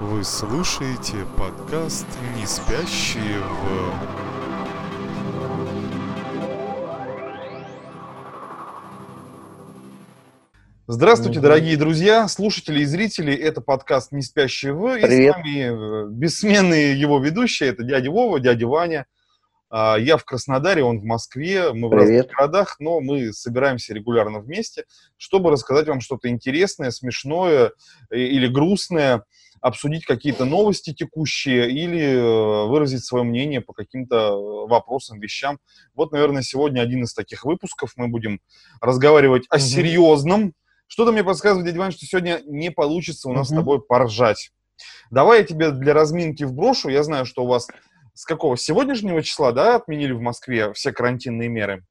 Вы слушаете подкаст «Не спящие в...» Здравствуйте, дорогие друзья, слушатели и зрители. Это подкаст «Не спящие в...» И с Привет. вами бессменные его ведущие. Это дядя Вова, дядя Ваня. Я в Краснодаре, он в Москве. Мы в разных Привет. городах, но мы собираемся регулярно вместе, чтобы рассказать вам что-то интересное, смешное или грустное, обсудить какие-то новости текущие или выразить свое мнение по каким-то вопросам, вещам. Вот, наверное, сегодня один из таких выпусков. Мы будем разговаривать о серьезном. Что-то мне подсказывает, дядя Ваня, что сегодня не получится у нас с тобой поржать. Давай я тебе для разминки вброшу. Я знаю, что у вас с какого? С сегодняшнего числа, да, отменили в Москве все карантинные меры?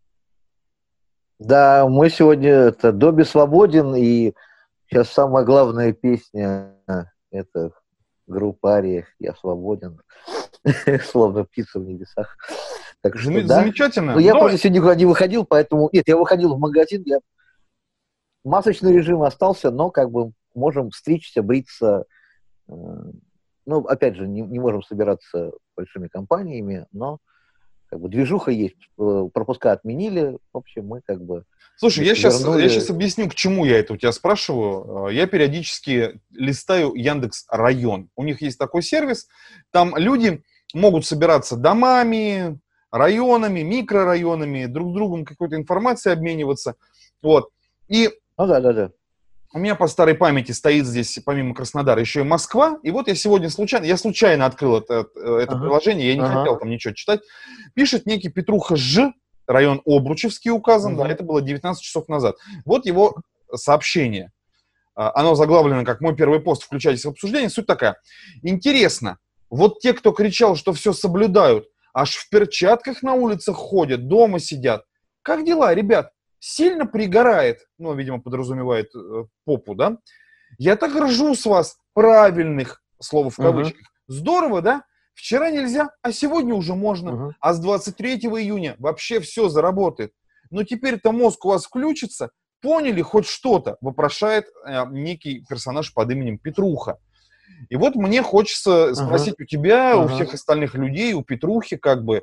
Да, мы сегодня Добби свободен, и сейчас самая главная песня это группа Ария «Я свободен», словно птица в небесах. Так что да. Замечательно. Но я просто сегодня никуда не выходил, поэтому... Нет, я выходил в магазин, масочный режим остался, но как бы можем стричься, бриться. Ну, опять же, не можем собираться большими компаниями, но как бы движуха есть, пропуска отменили, в общем, мы как бы... Слушай, я сейчас объясню, к чему я это у тебя спрашиваю. Я периодически листаю Яндекс.Район. У них есть такой сервис, там люди могут собираться домами, районами, микрорайонами, друг с другом какой-то информацией обмениваться. Вот. И да. У меня по старой памяти стоит здесь, помимо Краснодара, еще и Москва. И вот я сегодня случайно открыл это приложение, я не хотел там ничего читать. Пишет некий Петруха Ж, район Обручевский указан, да, это было 19 часов назад. Вот его сообщение. Оно заглавлено как «Мой первый пост, включайтесь в обсуждение». Суть такая. Интересно, вот те, кто кричал, что все соблюдают, аж в перчатках на улицах ходят, дома сидят. Как дела, ребят? Сильно пригорает, ну, видимо, подразумевает попу, да? Я так ржу с вас, правильных, слово в кавычках. Здорово, да? Вчера нельзя, а сегодня уже можно. А с 23 июня вообще все заработает. Но теперь-то мозг у вас включится. Поняли хоть что-то? Вопрошает некий персонаж под именем Петруха. И вот мне хочется спросить у тебя, у всех остальных людей, у Петрухи, как бы...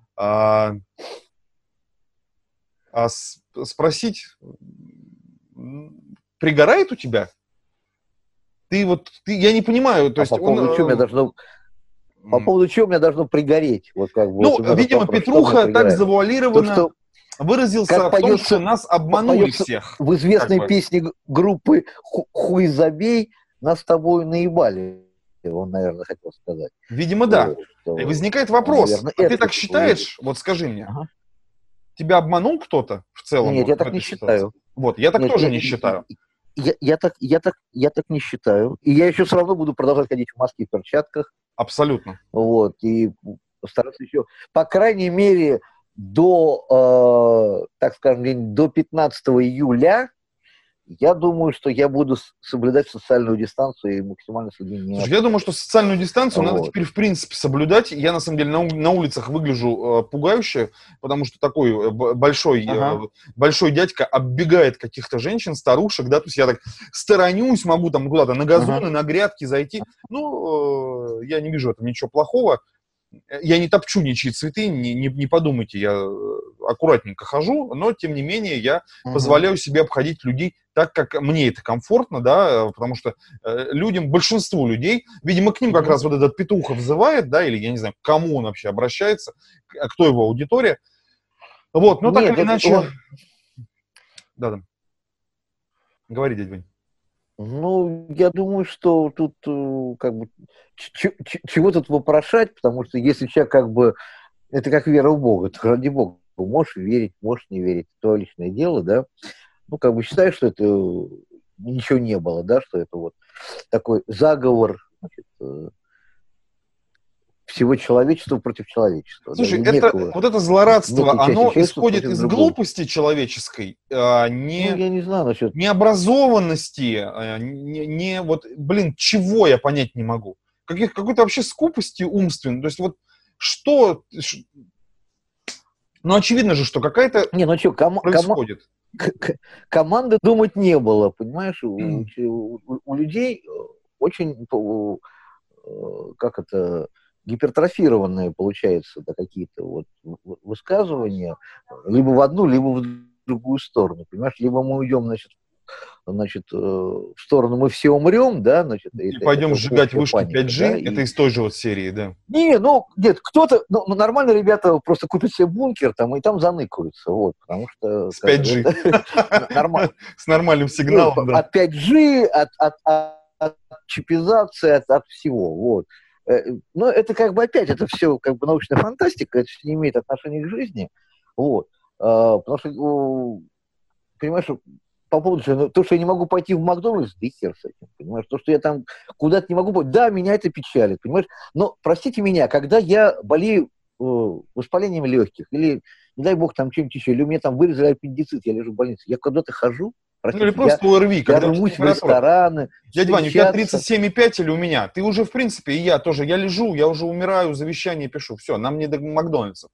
спросить, пригорает у тебя? Я не понимаю. То есть по поводу чего мне должно пригореть? Вот как бы, ну, видимо, Петруха так завуалированно выразился в том, что нас обманули всех. В известной песне группы «Хуй забей» нас с тобой наебали. Он, наверное, хотел сказать. Видимо, да. И возникает вопрос. Наверное, ты так считаешь? Вот скажи мне. Тебя обманул кто-то в целом? Нет, я так не считаю. Вот, я так тоже не считаю. Я так не считаю. И я еще все равно буду продолжать ходить в маске и перчатках. Абсолютно. Вот, и постараться еще, по крайней мере, до 15 июля, я думаю, что я буду соблюдать социальную дистанцию и максимально с людьми не... Я думаю, что социальную дистанцию надо теперь в принципе соблюдать. Я на самом деле на улицах выгляжу пугающе, потому что такой большой дядька оббегает каких-то женщин, старушек, да, то есть я так сторонюсь, могу там куда-то на газоны, на грядки зайти. Ну, я не вижу в этом ничего плохого. Я не топчу ничьи цветы, не подумайте, я аккуратненько хожу, но, тем не менее, я позволяю себе обходить людей так, как мне это комфортно, да, потому что людям, большинству людей, видимо, к ним как раз вот этот Петруха взывает, да, или я не знаю, к кому он вообще обращается, кто его аудитория. Вот, но так или иначе... Да. Говори, дядя Вань. Ну, я думаю, что тут как бы чего тут вопрошать, потому что если человек как бы, это как вера в Бога, то ради Бога, можешь верить, можешь не верить, твое личное дело, да, ну, как бы считаешь, что это ничего не было, да, что это вот такой заговор, значит, всего человечества против человечества. Слушай, вот это злорадство, оно исходит из глупости человеческой, я не знаю насчет... необразованности, чего я понять не могу. Какой-то вообще скупости умственной. То есть вот что... Ну, очевидно же, что какая-то происходит. Команды думать не было, понимаешь? У людей очень, как это, гипертрофированные, получается, да, какие-то вот высказывания, либо в одну, либо в другую сторону, понимаешь? Либо мы уйдем, значит, в сторону мы все умрем, да, значит, И пойдем сжигать вышки паника, 5G, да, это из той же вот серии, да. Нет, кто-то, нормально ребята просто купят себе бункер там и там заныкаются, вот, потому что... С 5G. Нормально. С нормальным сигналом, да. От 5G, от чипизации, от всего, вот. Но это как бы опять, это все как бы научная фантастика, это не имеет отношения к жизни, вот. Потому что, понимаешь, по поводу, то, что я не могу пойти в Макдональдс, да и хер с этим, понимаешь, то, что я там куда-то не могу пойти, да, меня это печалит, понимаешь, но, простите меня, когда я болею воспалением легких, или, не дай бог, там чем-нибудь еще, или у меня там вырезали аппендицит, я лежу в больнице, я куда-то хожу, простите, или просто ОРВИ, я рвусь в рестораны. Дядя Ваня, у тебя 37,5 или у меня? Ты уже, в принципе, и я тоже, я лежу, я уже умираю, завещание пишу, все, нам не до Макдональдса.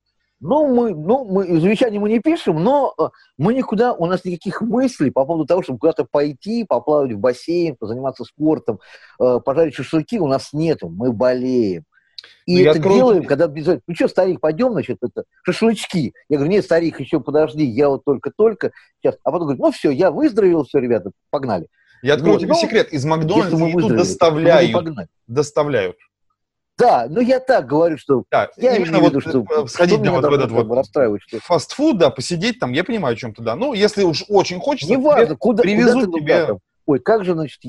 Мы завещание мы не пишем, но мы никуда, у нас никаких мыслей по поводу того, чтобы куда-то пойти, поплавать в бассейн, позаниматься спортом, пожарить шашлыки у нас нету, мы болеем. И это делаем, когда обязательно, ну что, старик, пойдем, значит, это шашлычки. Я говорю, нет, старик, еще подожди, я вот только-только сейчас. А потом говорит, ну все, я выздоровел, все, ребята, погнали. Я открою тебе секрет, из Макдональдса еду доставляют. Да, ну я так говорю, что да, я именно имею в виду, что сходить да, вот в этот вот расстраивать, что... фастфуд, да, посидеть там, я понимаю, о чем ты, да. Ну, если уж очень хочется, неважно, привезут тебе... Там. Ой, как же, значит,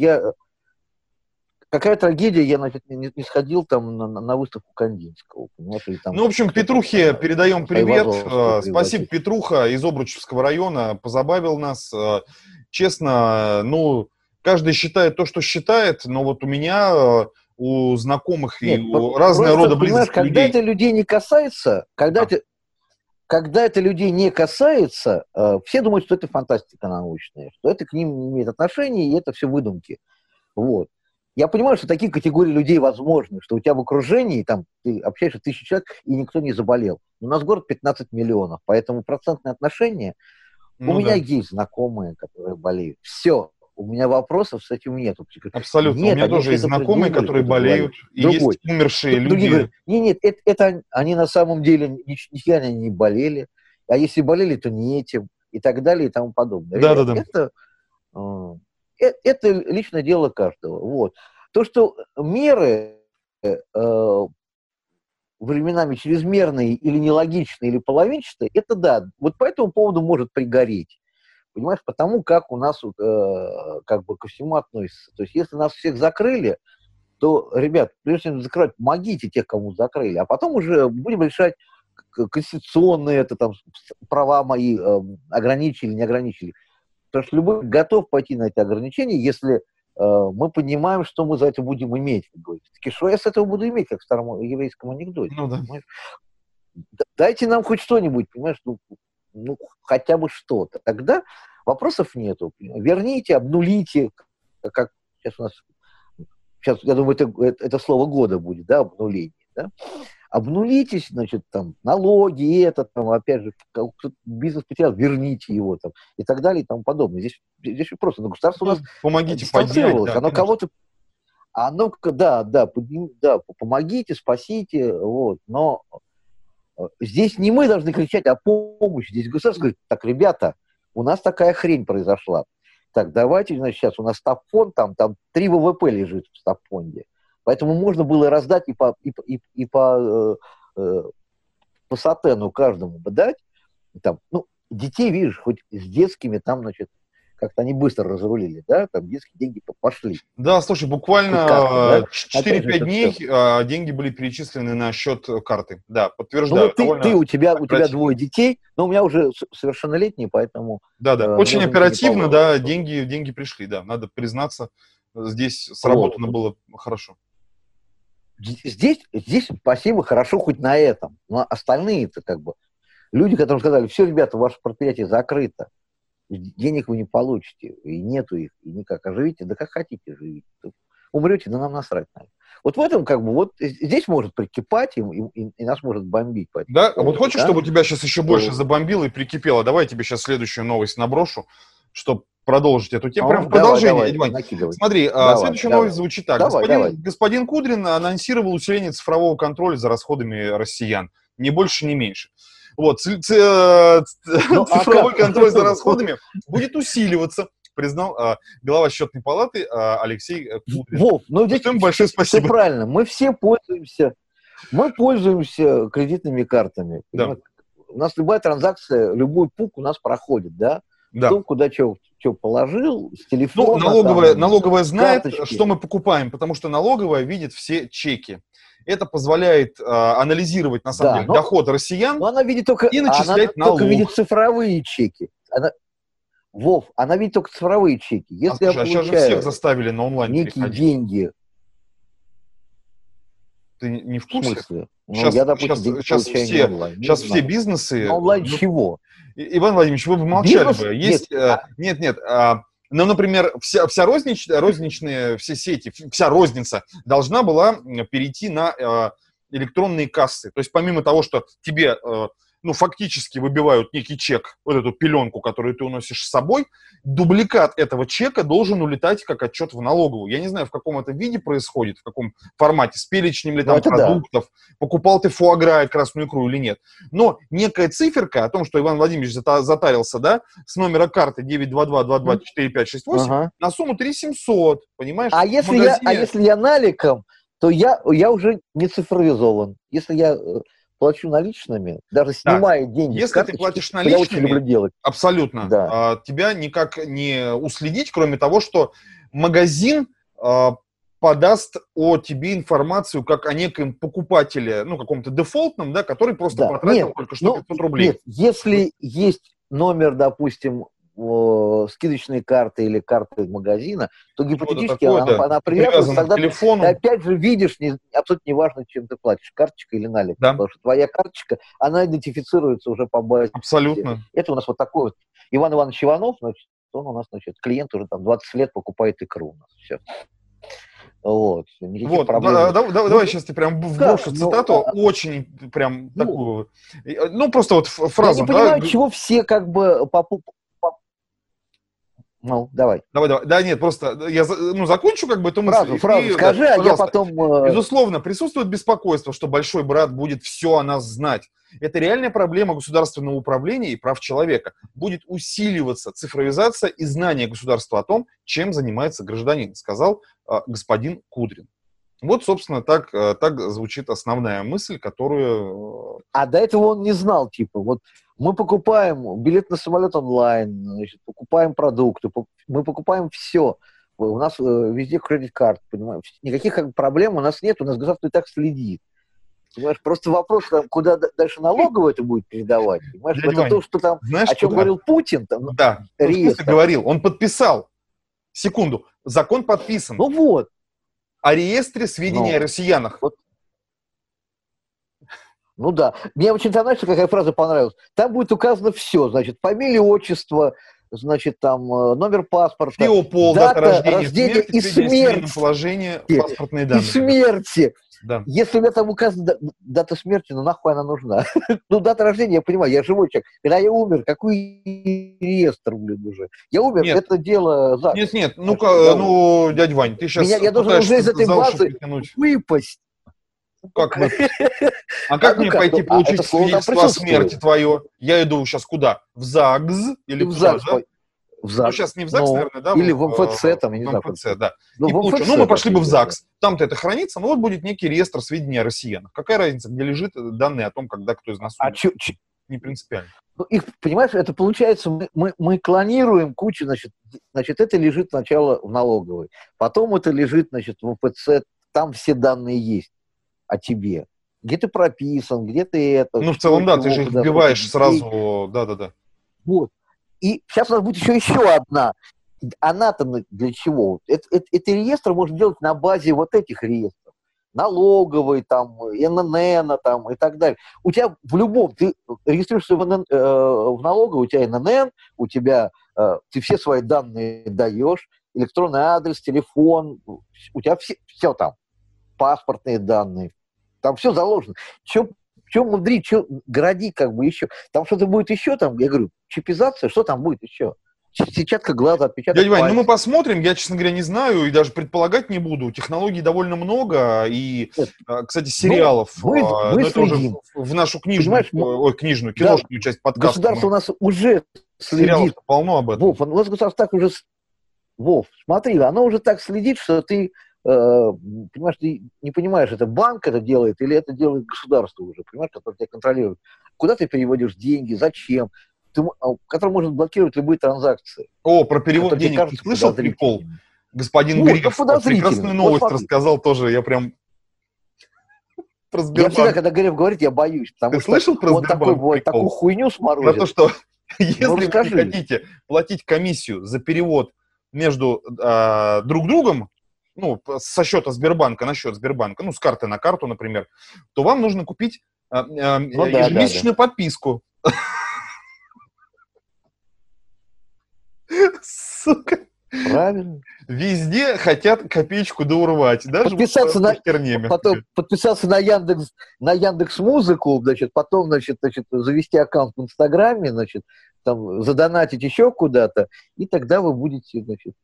какая трагедия, я, значит, не сходил там на выставку Кандинского, понимаешь, или там... Ну, в общем, Петрухе передаем привет. Спасибо, Петруха из Обручевского района, позабавил нас. Честно, ну, каждый считает то, что считает, но вот у меня... у знакомых и у разного рода близких людей. Когда это людей не касается, когда это людей не касается, все думают, что это фантастика научная, что это к ним не имеет отношения, и это все выдумки. Вот. Я понимаю, что такие категории людей возможны, что у тебя в окружении, там, ты общаешься с 1000 человек, и никто не заболел. У нас город 15 миллионов, поэтому процентное отношение... у меня есть знакомые, которые болеют. Все. У меня вопросов с этим нету. Абсолютно. Нет, у меня тоже есть знакомые, которые болеют, и есть умершие люди. Говорят, нет, это они на самом деле нифига не болели, а если болели, то не этим, и так далее, и тому подобное. Да. Это личное дело каждого. Вот. То, что меры временами чрезмерные или нелогичные, или половинчатые, это да. Вот по этому поводу может пригореть. Понимаешь, потому как у нас как бы ко всему относятся. То есть, если нас всех закрыли, то, ребят, прежде чем закрывать, помогите тех, кому закрыли, а потом уже будем решать конституционные это, там, права мои ограничили, не ограничили. Потому что любой готов пойти на эти ограничения, если мы понимаем, что мы за это будем иметь, как говорится. Что я с этого буду иметь, как в старом еврейском анекдоте. Ну, да. Дайте нам хоть что-нибудь, понимаешь, ну, хотя бы что-то. Тогда вопросов нету. Верните, обнулите, как сейчас у нас, сейчас, я думаю, это слово года будет, да, обнуление, да. Обнулитесь, значит, там, налоги, это, там, опять же, бизнес потерял, верните его, там, и так далее, и тому подобное. Здесь просто, государство у нас помогите поднять, да, оно кого-то, помогите, спасите, вот, но здесь не мы должны кричать о помощи, здесь государство говорит, так, ребята, у нас такая хрень произошла, так, давайте, значит, сейчас у нас стабфонд, там 3 ВВП лежит в стабфонде, поэтому можно было раздать и по сатену каждому бы дать, там, ну, детей, видишь, хоть с детскими, там, значит, как-то они быстро разрулили, да, там детские деньги пошли. Да, слушай, буквально 4-5 дней деньги были перечислены на счет карты. Да, подтверждаю. Ну, у тебя 2 детей, но у меня уже совершеннолетние, поэтому... Да, очень оперативно, да, деньги пришли, да, надо признаться, здесь сработано было хорошо. Здесь спасибо, хорошо хоть на этом, но остальные-то как бы люди, которым сказали, все, ребята, ваше предприятие закрыто, денег вы не получите, и нету их, и никак. А живите, да как хотите живите. Умрете, да нам насрать на это. Вот в этом как бы, вот здесь может прикипать, и нас может бомбить. Да? Вот хочешь, чтобы тебя сейчас еще больше забомбило и прикипело? Давай я тебе сейчас следующую новость наброшу, чтобы продолжить эту тему. Прям в продолжение. Давай, смотри, следующая новость звучит так. Господин Кудрин анонсировал усиление цифрового контроля за расходами россиян. Ни больше, ни меньше. Вот, цифровой контроль за расходами будет усиливаться, признал глава счетной палаты Алексей Кудрин. Вов, ну здесь большое спасибо. Все правильно. Мы все пользуемся кредитными картами. Да. У нас любая транзакция, любой пук у нас проходит, да? Да. Кто куда что положил, с телефона. Ну, налоговая знает, что мы покупаем, потому что налоговая видит все чеки. Это позволяет анализировать, на самом деле, доход россиян она видит только, и начислять налог. Она только видит цифровые чеки. Она видит только цифровые чеки. Если я сейчас же всех заставили на онлайн некие деньги. Ты не в курсе? В смысле? Сейчас все бизнесы... На онлайн чего? Иван Владимирович, вы бы молчали бы. Нет. Ну, например, вся розничные, все сети, вся розница должна была перейти на электронные кассы. То есть помимо того, что тебе, фактически выбивают некий чек, вот эту пеленку, которую ты уносишь с собой, дубликат этого чека должен улетать как отчет в налоговую. Я не знаю, в каком это виде происходит, в каком формате, с перечнем ли там продуктов, покупал ты фуагра и красную икру или нет. Но некая циферка о том, что Иван Владимирович затарился, да, с номера карты 922-22-4568 на сумму 3700, понимаешь? А если я наликом, то я уже не цифровизован. Если я плачу наличными, даже снимая деньги. Если ты платишь наличными, я очень люблю делать. Абсолютно. Да. Тебя никак не уследить, кроме того, что магазин подаст о тебе информацию как о неком покупателе, каком-то дефолтном, да, который просто потратил только что 500 рублей. Нет, если есть номер, допустим, скидочной карты или карты магазина, то гипотетически она привязана, тогда ты опять же видишь, абсолютно неважно, чем ты платишь, карточка или налик, потому что твоя карточка, она идентифицируется уже по базе. Абсолютно. Это у нас вот такой вот Иван Иванович Иванов, значит, он у нас, клиент уже там 20 лет покупает икру у нас, все. Вот, давай сейчас ты прям вброшу цитату, очень прям такую, просто вот фразу. Я не понимаю, чего все как бы давай. Да, нет, просто я закончу как бы эту мысль. Фразу скажи, а я потом... Безусловно, присутствует беспокойство, что большой брат будет все о нас знать. Это реальная проблема государственного управления и прав человека. Будет усиливаться цифровизация и знание государства о том, чем занимается гражданин, сказал господин Кудрин. Вот, собственно, так звучит основная мысль, которую... А до этого он не знал, вот мы покупаем билет на самолет онлайн, значит, покупаем продукты, мы покупаем все. У нас везде кредит-карт, понимаешь? Никаких проблем у нас нет, у нас государство и так следит. Понимаешь, просто вопрос, куда дальше налоговая это будет передавать. Понимаешь, это то, что там, знаешь, о чем говорил Путин. Там, да, реестр. Говорил, он подписал. Секунду, закон подписан. Ну вот. О реестре сведений о россиянах. Вот. Ну да. Мне очень, знаешь, какая фраза понравилась? Там будет указано все, значит, фамилия, отчество, значит, там номер паспорта, пол, дата рождения и смерти. Положение, паспортные данные. И смерти. Да. Если у меня там указана дата смерти, нахуй она нужна? Дата рождения, я понимаю, я живой человек. Когда я умер, какой реестр, уже? Я умер, это дело ЗАГС. Нет, дядя Вань, ты сейчас я должен уже из этой базы выпасть. Как А как мне пойти получить свидетельство о смерти твое? Я иду сейчас куда? В ЗАГС? Или в ЗАГС? В ЗАГС. Сейчас не в ЗАГС, наверное, да? Или в МФЦ, там, я не знаю. В МФЦ, да. Мы пошли бы в ЗАГС. Там-то это хранится, но вот будет некий реестр сведений о россиянах. Какая разница, где лежит данные о том, когда кто из нас умер? Не принципиально. Понимаешь, это получается, мы клонируем кучу, значит, это лежит сначала в налоговой, потом это лежит, значит, в МФЦ, там все данные есть о тебе. Где ты прописан, где ты это... в целом, да, ты же их вбиваешь сразу, да. Вот. И сейчас у нас будет еще одна. Она-то для чего? Это реестр можно делать на базе вот этих реестров. Налоговый, там, ННН, там, и так далее. У тебя в любом, ты регистрируешься в налоговой, у тебя ННН, у тебя, ты все свои данные даешь, электронный адрес, телефон, у тебя все там, паспортные данные, там все заложено. Чем мудрить, что гради как бы еще. Там что-то будет еще, там, я говорю, чипизация, что там будет еще? сетчатка глаза, отпечаток Дядя Вань, ну мы пальца. посмотрим, я, честно говоря, не знаю и даже предполагать не буду. Технологий довольно много, и, Нет, кстати, сериалов, мы но это уже следим. в нашу книжную, Понимаешь, книжную, да, киношную часть подкаста. государство у нас уже Сериалов следит. полно об этом. Вов, у нас государство так уже... Вов, смотри, оно уже так следит, что ты, понимаешь, ты не понимаешь, это банк это делает или это делает государство уже, понимаешь, которое тебя контролирует. Куда ты переводишь деньги, зачем? Который может блокировать любые транзакции. О, про перевод денег ты слышал прикол? Господин Греф прекрасную новость рассказал тоже, я прям... Про Сбербанк. Я всегда, когда Греф говорит, я боюсь, потому ты слышал про он такой бывает, такую хуйню сморозит. Про то, что если вы не хотите платить комиссию за перевод между друг другом, ну, со счета Сбербанка на счет Сбербанка, ну, с карты на карту, например, то вам нужно купить ежемесячную подписку. Сука. Правильно. Везде хотят копеечку доурвать. Даже подписаться на Яндекс.Музыку, значит, потом, значит, завести аккаунт в Инстаграме, значит, там, задонатить еще куда-то, и тогда вы будете, значит...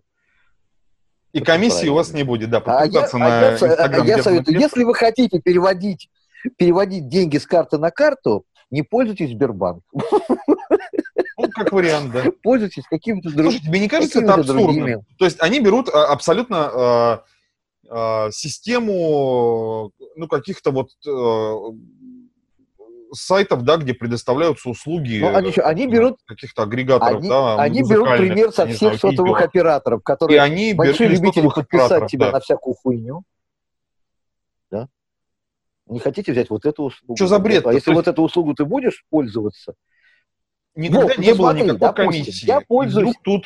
И комиссии у вас не будет, да, подписаться на Инстаграм. Я советую, если вы хотите переводить деньги с карты на карту, не пользуйтесь Сбербанком. Ну, как вариант, да. Пользуйтесь какими-то другими. Слушай, тебе не кажется это абсурдным? То есть они берут абсолютно систему, ну, каких-то вот сайтов, да, где предоставляются услуги они берут каких-то агрегаторов, они берут пример со всех сотовых операторов, которые большие любители подписать тебя на всякую хуйню. Да? Не хотите взять вот эту услугу? Что за бред? А если вот эту услугу ты будешь пользоваться? Никогда не было никакой комиссии. Я пользуюсь. Тут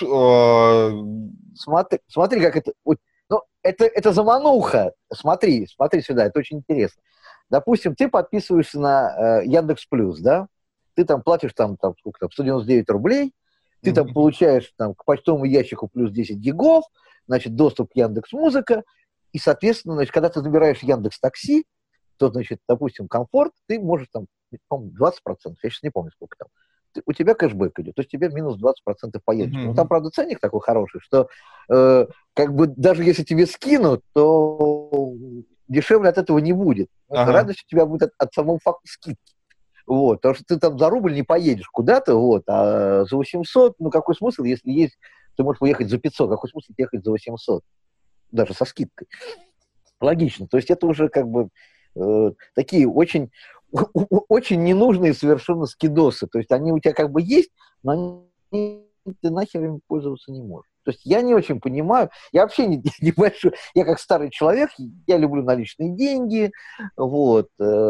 смотри, как это. Ну, это замануха. Смотри сюда, это очень интересно. Допустим, ты подписываешься на Яндекс.Плюс, да? Ты там платишь сколько там, 199 рублей, ты там получаешь там, к почтовому ящику плюс 10 гигов, значит, доступ к Яндекс.Музыка, и, соответственно, значит, когда ты набираешь Яндекс.Такси, то, значит, допустим, комфорт, ты можешь там, по-моему, 20%, я сейчас не помню, сколько там, у тебя кэшбэк идет, то есть тебе минус 20% поедешь. Ну, там, правда, ценник такой хороший, что как бы даже если тебе скинут, то дешевле от этого не будет. Радость у тебя будет от самого факта скидки. Вот, потому что ты там за рубль не поедешь куда-то, вот, а за 800, ну, какой смысл, если есть, ты можешь уехать за 500, какой смысл ехать за 800, даже со скидкой. Логично, то есть это уже как бы такие очень ненужные совершенно скидосы. То есть они у тебя как бы есть, но ты нахер им пользоваться не можешь. То есть я не очень понимаю, я вообще не большой, я как старый человек, я люблю наличные деньги, вот,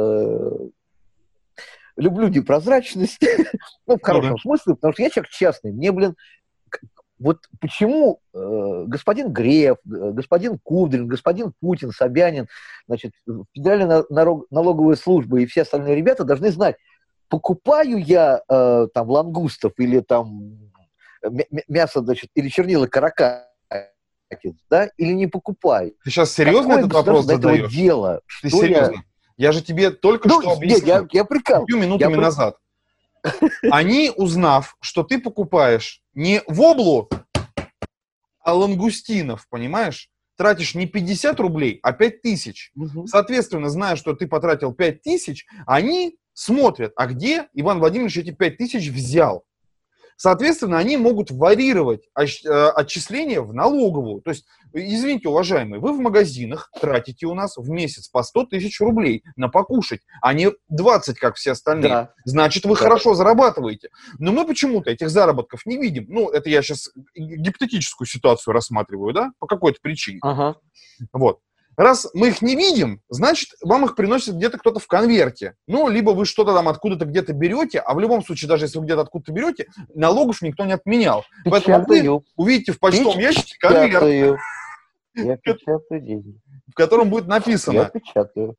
люблю непрозрачность, ну, в хорошем смысле, потому что я человек частный, мне, блин, вот почему господин Греф, господин Кудрин, господин Путин, Собянин, значит, Федеральная налоговая служба и все остальные ребята должны знать, покупаю я там лангустов или там мясо, значит, или чернила каракатиц, да, или не покупаю. Ты сейчас серьезно этот вопрос задаешь? Дело? Ты серьезно? Я же тебе только что объяснил. Я прикалываюсь. Минутами назад. Они, узнав, что ты покупаешь не воблу, а лангустинов, понимаешь? Тратишь не 50 рублей, а 5000. Соответственно, зная, что ты потратил 5000, они смотрят, а где Иван Владимирович эти 5000 взял. Соответственно, они могут варьировать отчисления в налоговую. То есть, извините, уважаемые, вы в магазинах тратите у нас в месяц по 100 тысяч рублей на покушать, а не 20, как все остальные. Да. Значит, вы хорошо зарабатываете. Но мы почему-то этих заработков не видим. Ну, это я сейчас гипотетическую ситуацию рассматриваю, да, по какой-то причине. Вот. Раз мы их не видим, значит, вам их приносит где-то кто-то в конверте. Ну, либо вы что-то там откуда-то где-то берете, а в любом случае, даже если вы где-то откуда-то берете, налогов никто не отменял. Поэтому вы увидите в почтовом ящике конверт, я печатаю деньги, в котором будет написано. Я печатаю.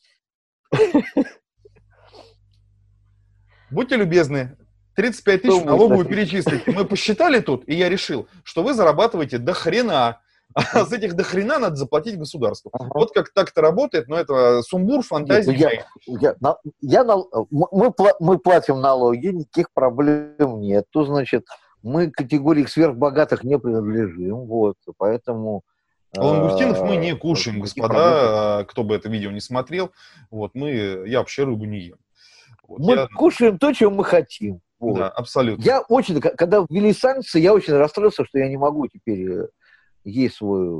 Будьте любезны, 35 тысяч налоговую перечислить. Мы посчитали тут, и я решил, что вы зарабатываете до хрена. А с этих до хрена надо заплатить государству. Вот как так-то работает, но это сумбур, фантазии. Мы платим налоги, никаких проблем нет. То, значит, мы к категории сверхбогатых не принадлежим, вот, поэтому... Лангустинов мы не кушаем, господа, кто бы это видео не смотрел, вот, я вообще рыбу не ем. Вот, мы кушаем то, чем мы хотим. Вот. Да, абсолютно. Я очень, когда ввели санкции, я очень расстроился, что я не могу теперь есть свой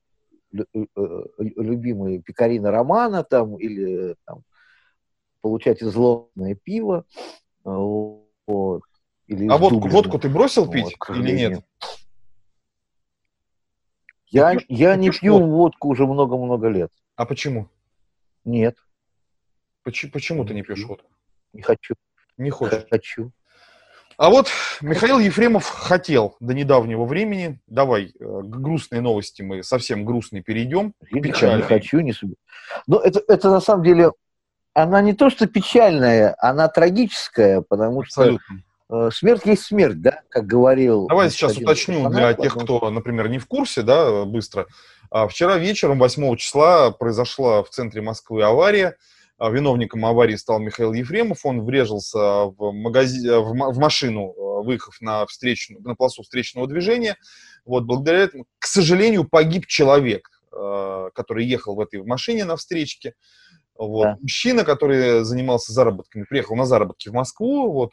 любимый пекарина Романа там, или там, получать изломное пиво. Вот, или а водку ты бросил пить или нет? Я не пью водку уже много-много лет. А почему? Нет. Почему ты не пьешь водку? Не хочу. Не хочешь? Хочу. А вот Михаил Ефремов хотел до недавнего времени. Давай к грустной новости мы совсем грустный перейдем. Я не хочу, не себе. Но это на самом деле, она не то что печальная, она трагическая, потому что смерть есть смерть, да, как говорил. Давай сейчас уточню для тех, кто, например, не в курсе, да, быстро. Вчера вечером, 8 числа, произошла в центре Москвы авария. Виновником аварии стал Михаил Ефремов. Он врезался в машину, выехав на полосу встречного движения. Вот, благодаря этому, к сожалению, погиб человек, который ехал в этой машине на встречке. Вот. Да. Мужчина, который занимался заработками, приехал на заработки в Москву, вот,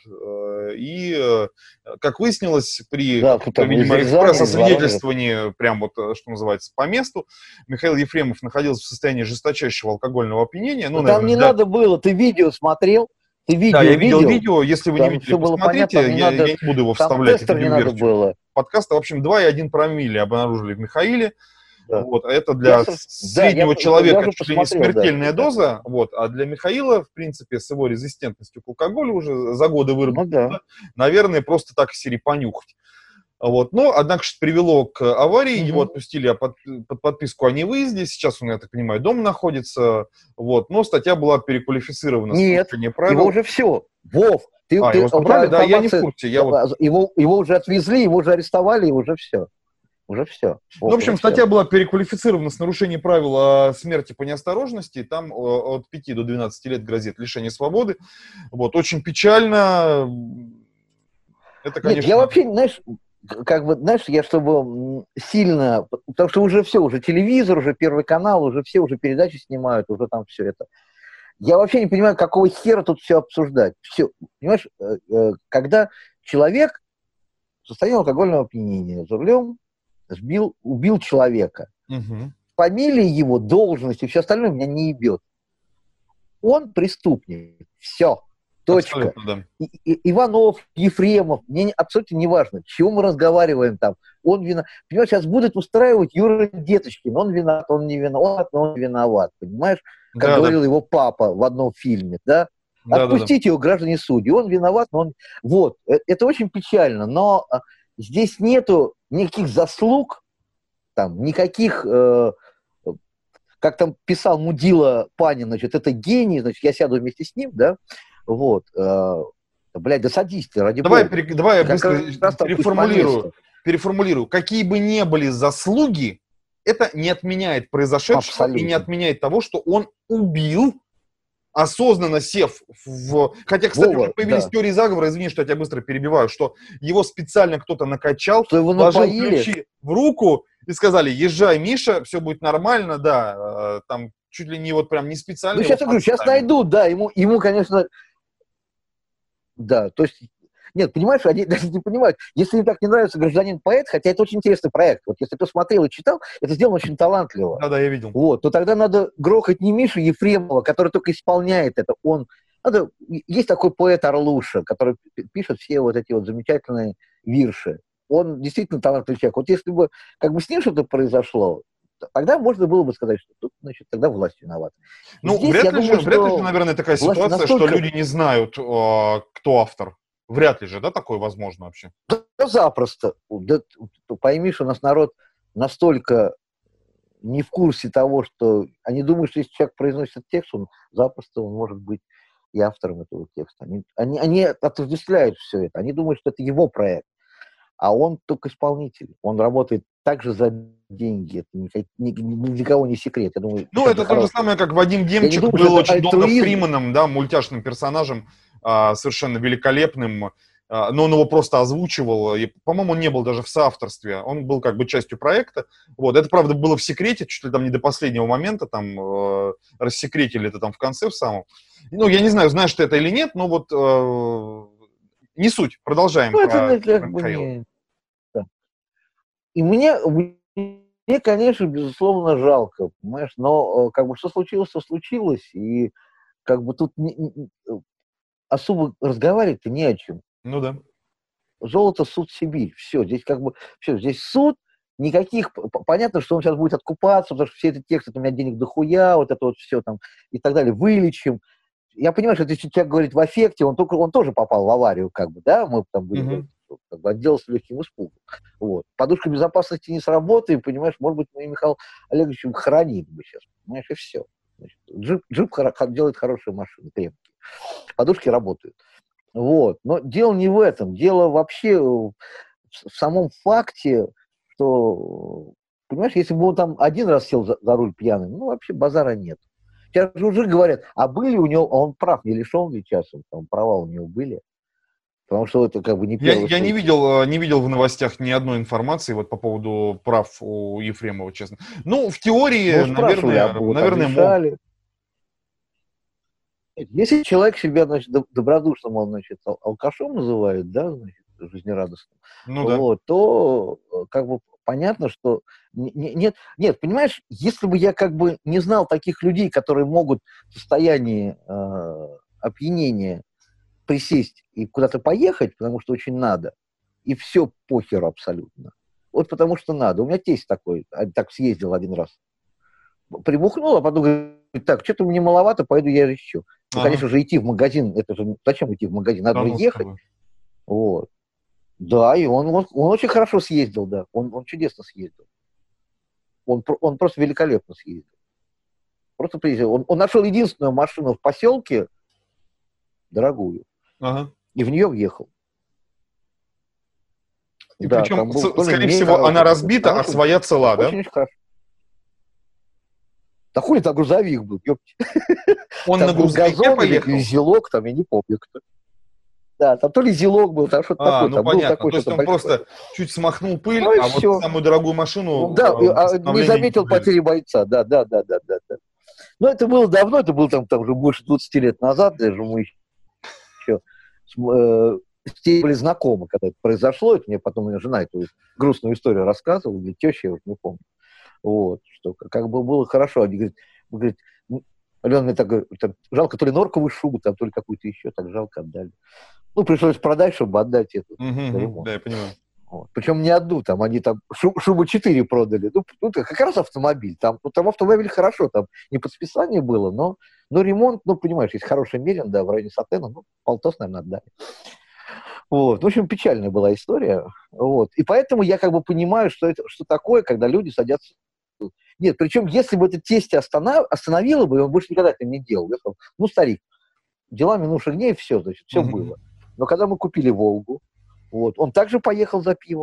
и, как выяснилось, при, видимо, экспресс-освидетельствовании, прям вот, что называется, по месту, Михаил Ефремов находился в состоянии жесточайшего алкогольного опьянения. Ну, там не надо было, ты видео смотрел? Ты видео да, я видел видео, если вы не видели, посмотрите, я не буду его вставлять в видеоверсию подкаста. В общем, 2,1 промилле обнаружили в Михаиле. Да. Вот, а это для среднего человека чуть ли не смертельная доза, вот, а для Михаила, в принципе, с его резистентностью к алкоголю уже за годы выработано, наверное, просто так сири понюхать. Вот. Но, однако, что привело к аварии, его отпустили под подписку о невыезде, сейчас он, я так понимаю, дома находится, вот, но статья была переквалифицирована. Нет, его уже все, Вов, его забрали, да, я не в курсе. Его уже отвезли, его уже арестовали, и уже все. Уже все. Ну, в общем, статья была переквалифицирована с нарушением правил о смерти по неосторожности. Там от 5 до 12 лет грозит лишение свободы. Вот, очень печально. Это, конечно... Нет, я вообще, знаешь, я чтобы сильно... Потому что уже все, уже телевизор, уже Первый канал, уже все, уже передачи снимают, уже там все это. Я вообще не понимаю, какого хера тут все обсуждать. Все, понимаешь, когда человек в состоянии алкогольного опьянения за рулем убил человека. Угу. Фамилия его, должность и все остальное меня не ебет. Он преступник. Все. Точка. Да. Иванов, Ефремов, мне абсолютно не важно, чего мы разговариваем там. Он виноват. Понимаешь, сейчас будут устраивать Юра Деточкин. Он виноват, он не виноват, но он виноват. Понимаешь? Как говорил его папа в одном фильме, да? Отпустите его, граждане судьи. Он виноват, но он... Вот. Это очень печально. Но здесь нету никаких заслуг, там, никаких, как там писал Мудила Панин, значит, это гений, значит, я сяду вместе с ним, да, вот, блядь, да садись ты, ради бога. Давай я быстро переформулирую. Какие бы ни были заслуги, это не отменяет произошедшего. Абсолютно. И не отменяет того, что он убил, осознанно сев в... Хотя, кстати, уже появились теории заговора, извини, что я тебя быстро перебиваю, что его специально кто-то накачал, положил ключи в руку и сказали: езжай, Миша, все будет нормально, да, там чуть ли не вот прям не специально. Ну, сейчас я говорю, сейчас найдут, да, ему, конечно, да, то есть, нет, понимаешь, они даже не понимают, если им так не нравится «Гражданин-поэт», хотя это очень интересный проект, вот если кто смотрел и читал, это сделано очень талантливо. Да, я видел. Вот, то тогда надо грохать не Мишу Ефремова, который только исполняет это, есть такой поэт Орлуша, который пишет все вот эти вот замечательные вирши. Он действительно талантливый человек. Вот если бы как бы с ним что-то произошло, тогда можно было бы сказать, что тут, значит, тогда власть виновата. Ну, вряд ли же, наверное, такая ситуация, настолько... что люди не знают, кто автор. Вряд ли же, да, такое возможно вообще? Да, запросто. Да, пойми, что у нас народ настолько не в курсе того, что... Они думают, что если человек произносит текст, он может быть и автором этого текста. Они отождествляют все это. Они думают, что это его проект. А он только исполнитель. Он работает также за деньги. Это ни для кого не секрет. Я думаю, это то же самое, как Вадим Демчик был очень долго Фриманом, да, мультяшным персонажем, совершенно великолепным. но он его просто озвучивал, и, по-моему, он не был даже в соавторстве, он был как бы частью проекта. Вот. Это, правда, было в секрете, чуть ли там не до последнего момента, там рассекретили это там в конце в самом. Ну, я не знаю, знаешь ты это или нет, но вот не суть, продолжаем Ну, про это как бы Михаила. не... Да. И мне, конечно, безусловно, жалко, понимаешь, но как бы что случилось, то случилось, и как бы тут особо разговаривать-то не о чем. Ну да. Золото, суд, Сибирь. Все, здесь как бы, все, здесь суд, никаких, понятно, что он сейчас будет откупаться, потому что все эти тексты, у меня денег дохуя, вот это вот все там и так далее, вылечим. Я понимаю, что если человек говорит в аффекте, он тоже попал в аварию, как бы, да, мы там были, как бы, отделался легким испугом. Вот. Подушка безопасности не сработает, понимаешь, может быть, мы Михаил Олегович хоронит бы сейчас, понимаешь, и все. Значит, джип делает хорошие машины, крепкие. Подушки работают. Вот. Но дело не в этом. Дело вообще в самом факте, что, понимаешь, если бы он там один раз сел за руль пьяный, ну, вообще базара нет. Сейчас же уже говорят, а были у него, он прав, не лишен ли часом, там права у него были? Потому что это как бы не первый Я не видел в новостях ни одной информации вот по поводу прав у Ефремова, честно. Ну, в теории, наверное, мог. Если человек себя, значит, добродушным, он, значит, алкашом называет, да, значит, жизнерадостным, ну, да. Вот, то как бы понятно, что нет, понимаешь, если бы я как бы не знал таких людей, которые могут в состоянии опьянения присесть и куда-то поехать, потому что очень надо, и все похер абсолютно. Вот потому что надо. У меня тесть такой, так съездил один раз. Прибухнул, а потом говорит, так, что-то мне маловато, пойду я еще. Ну, конечно же, идти в магазин, это же, зачем идти в магазин? Надо же ехать. Вот. Да, и он очень хорошо съездил, да. Он чудесно съездил. Он просто великолепно съездил. Просто приездил. Он нашел единственную машину в поселке, дорогую, и в нее въехал. И да, причем, скорее всего, она разбита, а своя цела, да? Очень хорошо. Да хули там грузовик был, ёпти. Он там на грузовике поехал? Или зелок, там, я не помню кто. Да, там то ли зелок был, там что-то такое. Ну там понятно, такой, то есть он большое. Просто чуть смахнул пыль, ну, а все. Вот самую дорогую машину... Да, не заметил потери бойца, да. Но это было давно, это было там уже больше 20 лет назад, даже мы еще с теми были знакомы, когда это произошло, это мне потом моя жена эту грустную историю рассказывала, или теща, я вот не помню. Вот, что как бы было хорошо. Они говорят, Алена мне так говорит, жалко то ли норковую шубу, там, то ли какую-то еще, так жалко отдали. Ну, пришлось продать, чтобы отдать эту. Да, я понимаю. Вот. Причем не одну, там, они там шубу 4 продали. Ну, как раз автомобиль. Там автомобиль хорошо, там не под списание было, но ремонт, ну, понимаешь, есть хороший Мерин, да, в районе Сатена, ну, полтос, наверное, отдали. Вот. В общем, печальная была история. Вот. И поэтому я как бы понимаю, что такое, когда люди садятся. Нет, причем, если бы это тесте остановило бы, он больше никогда это не делал. Я сказал, ну, старик, дела минувших дней, все, значит, все было. Но когда мы купили «Волгу», вот, он также поехал за пивом.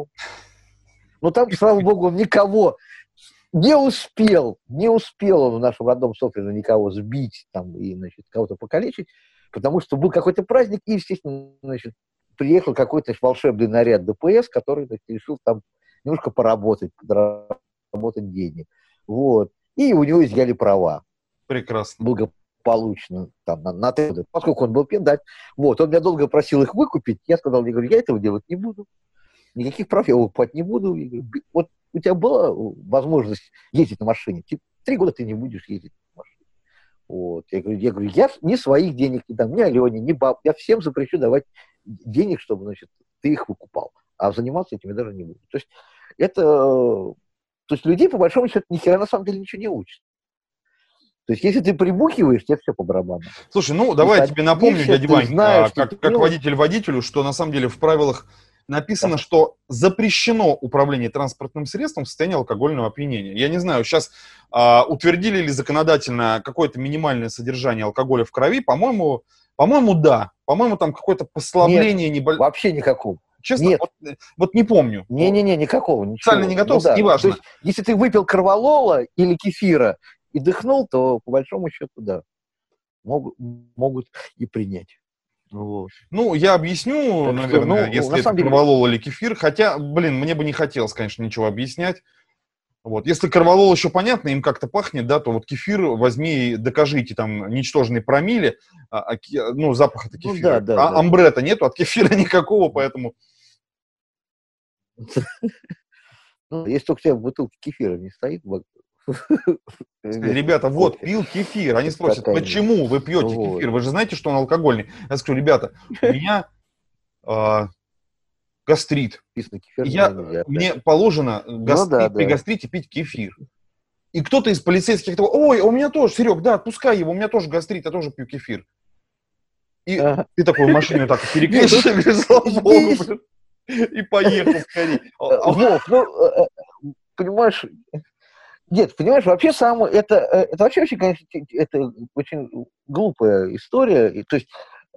Но там, слава богу, он никого не успел он в нашем родном Софьино никого сбить там, и, значит, кого-то покалечить, потому что был какой-то праздник, и, естественно, значит, приехал какой-то волшебный наряд ДПС, который, значит, решил там немножко поработать, подработать денег. Вот. И у него изъяли права. Прекрасно. Благополучно. Там, на 3 года. Поскольку он был пендать. Вот. Он меня долго просил их выкупить. Я сказал, я этого делать не буду. Никаких прав я выкупать не буду. Я говорю, вот у тебя была возможность ездить на машине. 3 года ты не будешь ездить на машине. Вот. Я говорю, я ни своих денег не дам, ни Алене, ни баб. Я всем запрещу давать денег, чтобы, значит, ты их выкупал. А заниматься этим я даже не буду. То есть это... То есть людей, по большому счету, ни хера на самом деле ничего не учат. То есть если ты прибухиваешь, тебе все по барабану. Слушай, ну давай я тебе напомню, дядя Вань, как водитель водителю, что на самом деле в правилах написано, что запрещено управление транспортным средством в состоянии алкогольного опьянения. Я не знаю, сейчас утвердили ли законодательно какое-то минимальное содержание алкоголя в крови. По-моему, да. По-моему, там какое-то послабление небольшое. Вообще никакого. Честно, нет. Вот не помню. Никакого. Специально не готов, неважно. То есть, если ты выпил корвалола или кефира и дыхнул, то, по большому счету, да, могут и принять. Вот. Ну, я объясню, Так наверное, что, если на это самом деле... корвалол или кефир, хотя, блин, мне бы не хотелось, конечно, ничего объяснять. Вот. Если корвалол еще понятно, им как-то пахнет, да, то вот кефир возьми и докажите там ничтожные промилле, ну, запаха-то Ну да, кефира. да, А да. амбре-то нету, от кефира никакого, поэтому... Ну, если только у тебя бутылка кефира не стоит вместо Ребята, вот, кофе пил кефир. Они в спросят, стакане. почему вы пьете Вот. кефир? Вы же знаете, что он алкогольный. Я скажу, ребята, у меня гастрит. Написано кефир нельзя. Мне положено Ну да, при да. гастрите пить кефир. И кто-то из полицейских такой, ой, у меня тоже, Серег, да, отпускай его, у меня тоже гастрит, я тоже пью кефир. И ты такой в машине вот так перекрестил, слава богу, блин, и поехал скорее. Вов, ну, понимаешь, нет, понимаешь, вообще это вообще очень, конечно, это очень глупая история. И, то есть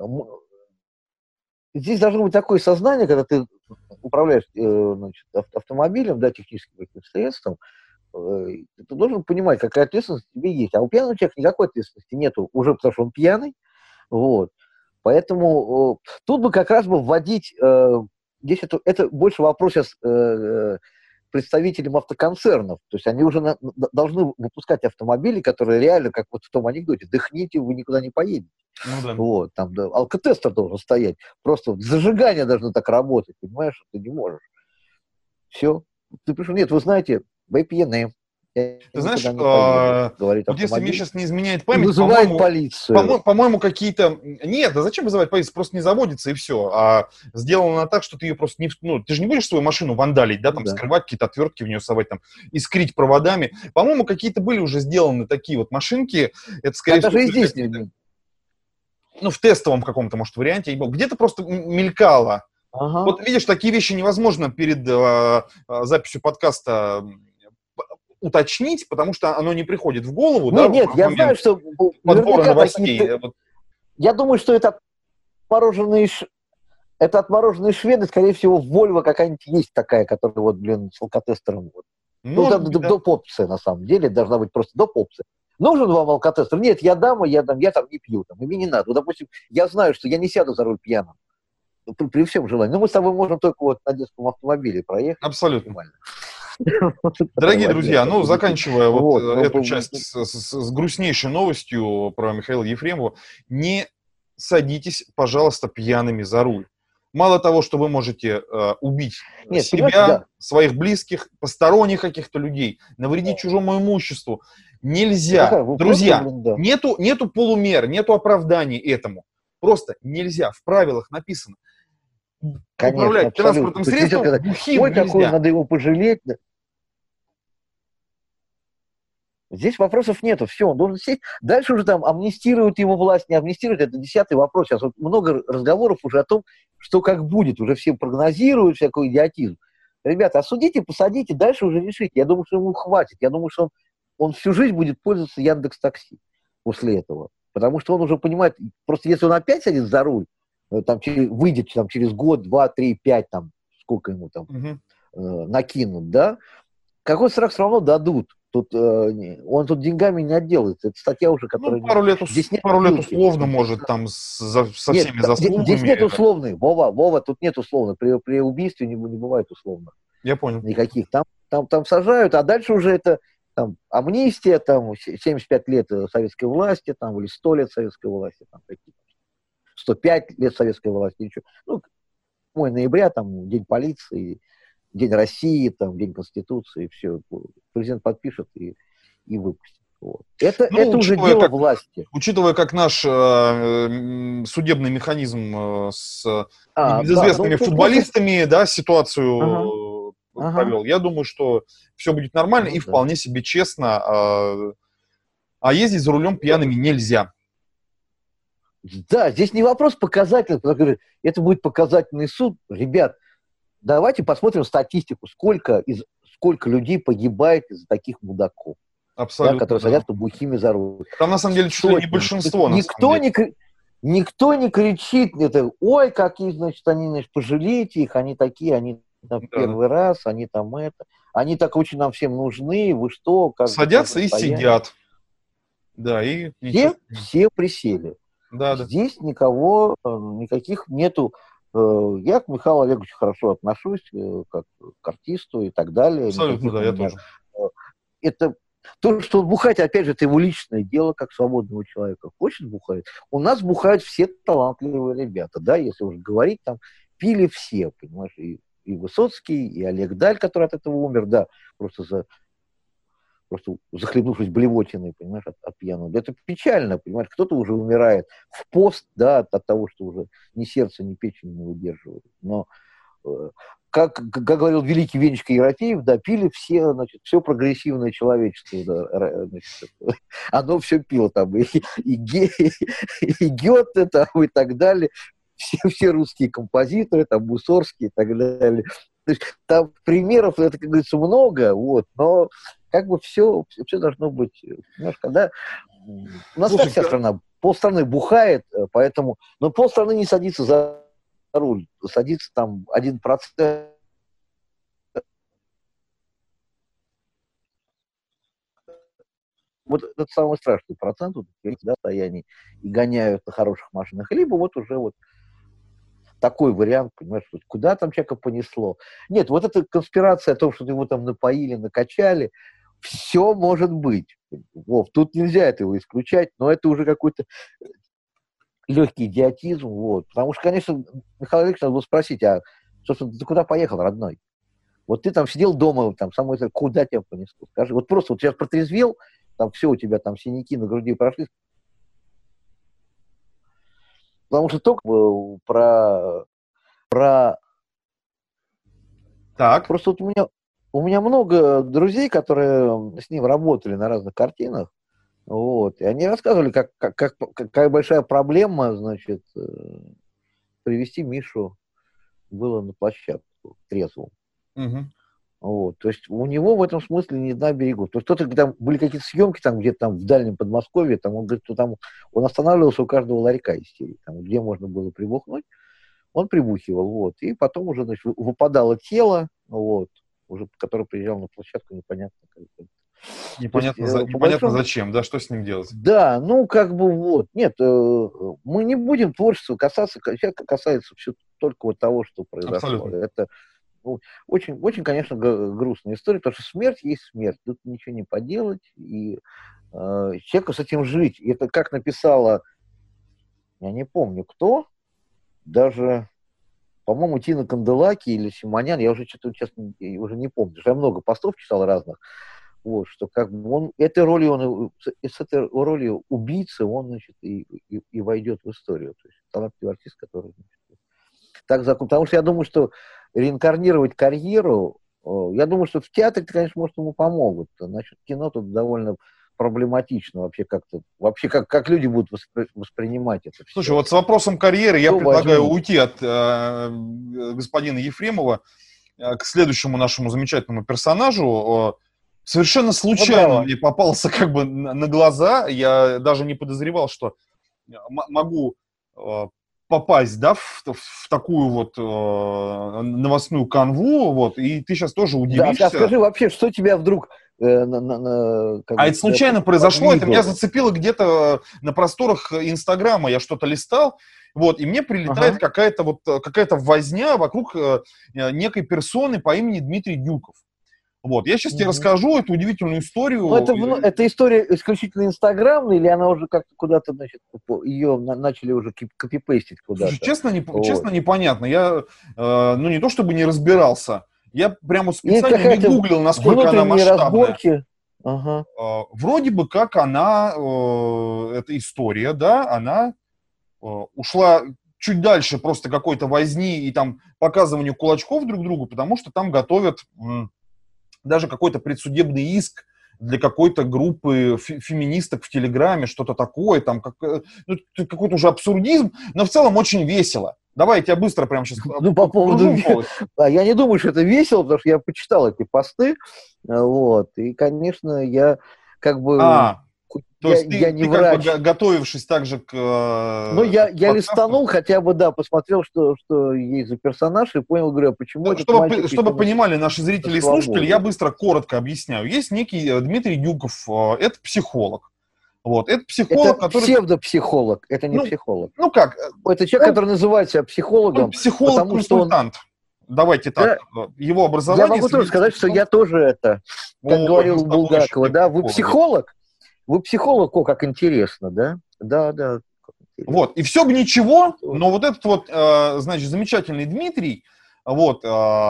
здесь должно быть такое сознание, когда ты управляешь значит, автомобилем, да, техническим каким-то средством, ты должен понимать, какая ответственность тебе есть. А у пьяного человека никакой ответственности нету, уже потому что он пьяный. Вот. Поэтому тут бы как раз бы вводить, здесь это больше вопрос сейчас представителям автоконцернов. То есть они уже должны выпускать автомобили, которые реально, как вот в том анекдоте, дыхните, вы никуда не поедете. Ну да. Вот, там да, алкотестер должен стоять. Просто вот зажигание должно так работать, понимаешь, ты не можешь. Все. Ты пришел, нет, вы знаете, вы пьяны. Я Ты знаешь, никуда не поеду, говорит вот если мне автомобиль. сейчас не изменяет И память, вызывает полицию. по-моему, какие-то... Нет, да зачем вызывать полицию? Просто не заводится и все. А сделано так, что ты ее просто не... Ну, ты же не будешь свою машину вандалить, да, там, Да. скрывать, какие-то отвертки в нее совать, там, искрить проводами. По-моему, какие-то были уже сделаны такие вот машинки. Это, скорее всего... Даже и здесь ну, в тестовом каком-то, может, варианте. Где-то просто мелькало. Ага. Вот видишь, такие вещи невозможно перед записью подкаста уточнить, потому что оно не приходит в голову, да, Нет, я знаю, что подбора новостей. такие... Я думаю, что это отмороженные шведы, скорее всего, в Вольво какая-нибудь есть такая, которая вот, блин, с алкотестером. Вот. Ну, там быть, да. доп. Опция, на самом деле, должна быть просто доп. Опция. Нужен вам алкотестер? Нет, я там не пью, там, и мне не надо. Вот, допустим, я знаю, что я не сяду за руль пьяным, при всем желании. Но мы с тобой можем только вот на детском автомобиле проехать. Абсолютно. Дорогие друзья, ну, заканчивая вот эту часть с грустнейшей новостью про Михаила Ефремова, не садитесь, пожалуйста, пьяными за руль. Мало того, что вы можете убить себя, своих близких, посторонних каких-то людей, навредить чужому имуществу, нельзя. Друзья, нету полумер, нету оправданий этому. Просто нельзя. В правилах написано. Конечно, управлять транспортным средством бухим нельзя. Какой, надо его пожалеть. Здесь вопросов нету, все, он должен сесть. Дальше уже там амнистируют его власть, не амнистируют, это 10-й вопрос. Сейчас вот много разговоров уже о том, что как будет, уже все прогнозируют всякий идиотизм. Ребята, осудите, посадите, дальше уже решите. Я думаю, что ему хватит. Я думаю, что он всю жизнь будет пользоваться Яндекс.Такси после этого. Потому что он уже понимает, просто если он опять сядет за руль, там, выйдет там, через год, 2, 3, 5, там, сколько ему там накинут, да, какой срок все равно дадут. Тут, он тут деньгами не отделается. Это статья уже, которая... Ну, пару лет условно может там со всеми заслугами. Здесь нет условных. Вова, тут нет условных. При убийстве не бывает условных. Я понял. Никаких. Там сажают, а дальше уже это там, амнистия, там 75 лет советской власти, там, или 100 лет советской власти, там, 105 лет советской власти, ничего. Ну, 8 ноября, там, День полиции, День России, там, День Конституции, все. Президент подпишет и выпустит. Вот. Это уже дело власти. Учитывая, как наш судебный механизм с безызвестными футболистами, да, ситуацию провел, я думаю, что все будет нормально и вполне себе честно. А ездить за рулем пьяными нельзя. Да, здесь не вопрос показательный. Это будет показательный суд. Ребят, давайте посмотрим статистику, сколько людей погибает из-за таких мудаков, абсолютно, да, которые садятся бухими за руль. Там, на самом деле, чуть ли не большинство. Никто не кричит, ой, какие, значит, они, значит, пожалейте их, они такие, они там первый раз, они там они так очень нам всем нужны, вы что? Садятся и сидят. Да, и... Все присели. Да, да. Здесь никого, никаких нету. Я к Михаилу Олеговичу хорошо отношусь, как к артисту и так далее. Абсолютно, да, я тоже. Это то, что он бухает, опять же, это его личное дело, как свободного человека. Хочет бухать. У нас бухают все талантливые ребята, да, если уже говорить, там пили все, понимаешь, и Высоцкий, и Олег Даль, который от этого умер, да, просто захлебнувшись блевотиной, понимаешь, от пьяного. Это печально, понимаешь, кто-то уже умирает в пост, да, от того, что уже ни сердце, ни печень не выдерживают. Но, как говорил великий Венечка Ерофеев, да, пили все, значит, все прогрессивное человечество, да, значит, оно все пило там, и Гёте там, и так далее, все русские композиторы, там, Мусоргский и так далее. То есть там примеров, это, как говорится, много, вот, но как бы все должно быть, понимаешь, когда у нас так вся страна, полстраны бухает, поэтому, но полстраны не садится за руль, садится там 1%. Вот это самый страшный процент, вот, да, состоянии, и гоняют на хороших машинах, либо вот уже вот такой вариант, понимаешь, куда там человека понесло. Нет, вот эта конспирация о том, что его там напоили, накачали, все может быть. Вов, тут нельзя этого исключать, но это уже какой-то легкий идиотизм, вот. Потому что, конечно, Михаил Ильич надо было спросить, а, собственно, ты куда поехал, родной? Вот ты там сидел дома, там, самое, куда тебя понесло? Скажи, вот просто вот сейчас протрезвел, там все, у тебя там синяки на груди прошли. Потому что только про... Так. Просто вот у меня много друзей, которые с ним работали на разных картинах, вот, и они рассказывали, какая большая проблема, значит, привести Мишу было на площадку трезвым. Угу. Вот, то есть у него в этом смысле не на берегу. То есть кто-то, там были какие-то съемки там где-то там в дальнем Подмосковье, там он говорит, что там он останавливался у каждого ларька истерии, там, где можно было прибухнуть, он прибухивал, вот, и потом уже, значит, выпадало тело, вот, уже, которое приезжал на площадку, непонятно как. Непонятно зачем, да, что с ним делать? Да, ну, как бы вот. Нет, мы не будем творчества касаться, касается все только вот того, что произошло. Абсолютно. Это очень, очень, конечно, грустная история, потому что смерть есть смерть, тут ничего не поделать, и человеку с этим жить. И это как написала, я не помню кто, даже, по-моему, Тина Канделаки или Симонян, я уже что-то, честно, уже не помню, я много постов читал разных, вот, что как бы он, с этой ролью убийцы он, значит, и войдет в историю. То есть талантливый артист, который, значит, так закон. Потому что я думаю, что реинкарнировать карьеру, я думаю, что в театре, конечно, может, ему помогут. Значит, кино тут довольно проблематично вообще как-то, как люди будут воспринимать это. Слушай, все. Вот с вопросом карьеры я предлагаю уйти от господина Ефремова к следующему нашему замечательному персонажу. Совершенно случайно мне попался как бы на глаза. Я даже не подозревал, что могу попасть, да, в такую вот новостную канву, вот, и ты сейчас тоже удивишься. Да, скажи вообще, что тебя вдруг... это случайно произошло, это меня зацепило где-то на просторах Инстаграма, я что-то листал, вот, и мне прилетает какая-то возня вокруг некой персоны по имени Дмитрий Дюков. Вот, я сейчас тебе расскажу эту удивительную историю. Это история исключительно инстаграмная, или она уже как-то куда-то, значит, ее начали уже копипейстить куда-то? Слушай, честно, непонятно. Я, не то чтобы не разбирался, я прямо специально не гуглил, насколько она масштабная. Ага. Вроде бы как она, эта история, да, она ушла чуть дальше просто какой-то возни и там показыванию кулачков друг другу, потому что там готовят... даже какой-то предсудебный иск для какой-то группы феминисток в Телеграме, что-то такое, там какой-то уже абсурдизм, но в целом очень весело. Давай я тебя быстро прямо сейчас... Ну, по поводу... Я не думаю, что это весело, потому что я почитал эти посты, вот, и, конечно, я как бы... То есть ты как бы готовившись также к... Ну, я листанул хотя бы, да, посмотрел, что есть за персонаж, и понял, говорю, почему... Чтобы понимали наши зрители и слушатели, я быстро, коротко объясняю. Есть некий Дмитрий Дюков, это психолог. Вот. Это психолог, Это который... псевдопсихолог, это не психолог. Ну как? Это человек, который называет себя психологом, Он психолог-консультант. Давайте так. Его образование... Я могу тоже сказать, что я тоже это, как говорил Булгакова, да, вы психолог? Вы психолог, о, как интересно, да? Да. Вот, и все бы ничего, но вот этот вот, значит, замечательный Дмитрий, вот,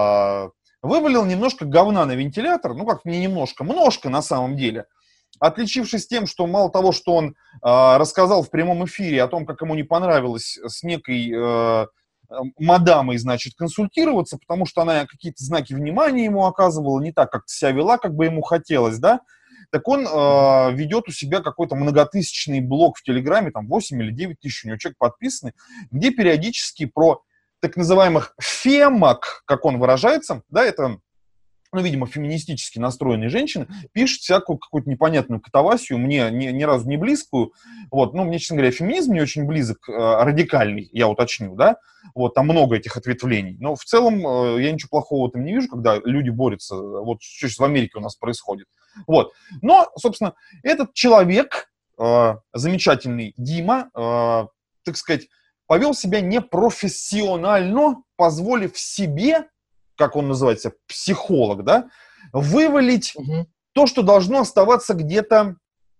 вывалил немножко говна на вентилятор, ну как не немножко, множко на самом деле, отличившись тем, что мало того, что он рассказал в прямом эфире о том, как ему не понравилось с некой мадамой, значит, консультироваться, потому что она какие-то знаки внимания ему оказывала, не так, как себя вела, как бы ему хотелось, да, так он ведет у себя какой-то многотысячный блог в Телеграме, там 8 или 9 тысяч у него человек подписаны, где периодически про так называемых фемок, как он выражается, да, это, ну, видимо, феминистически настроенные женщины, пишут всякую какую-то непонятную катавасию, мне ни разу не близкую, вот, ну, мне, честно говоря, феминизм не очень близок, радикальный, я уточню, да, вот, там много этих ответвлений, но в целом я ничего плохого в этом не вижу, когда люди борются, вот, что сейчас в Америке у нас происходит, вот, но, собственно, этот человек, замечательный Дима, так сказать, повел себя непрофессионально, позволив себе, как он называется, психолог, да, вывалить то, что должно оставаться где-то...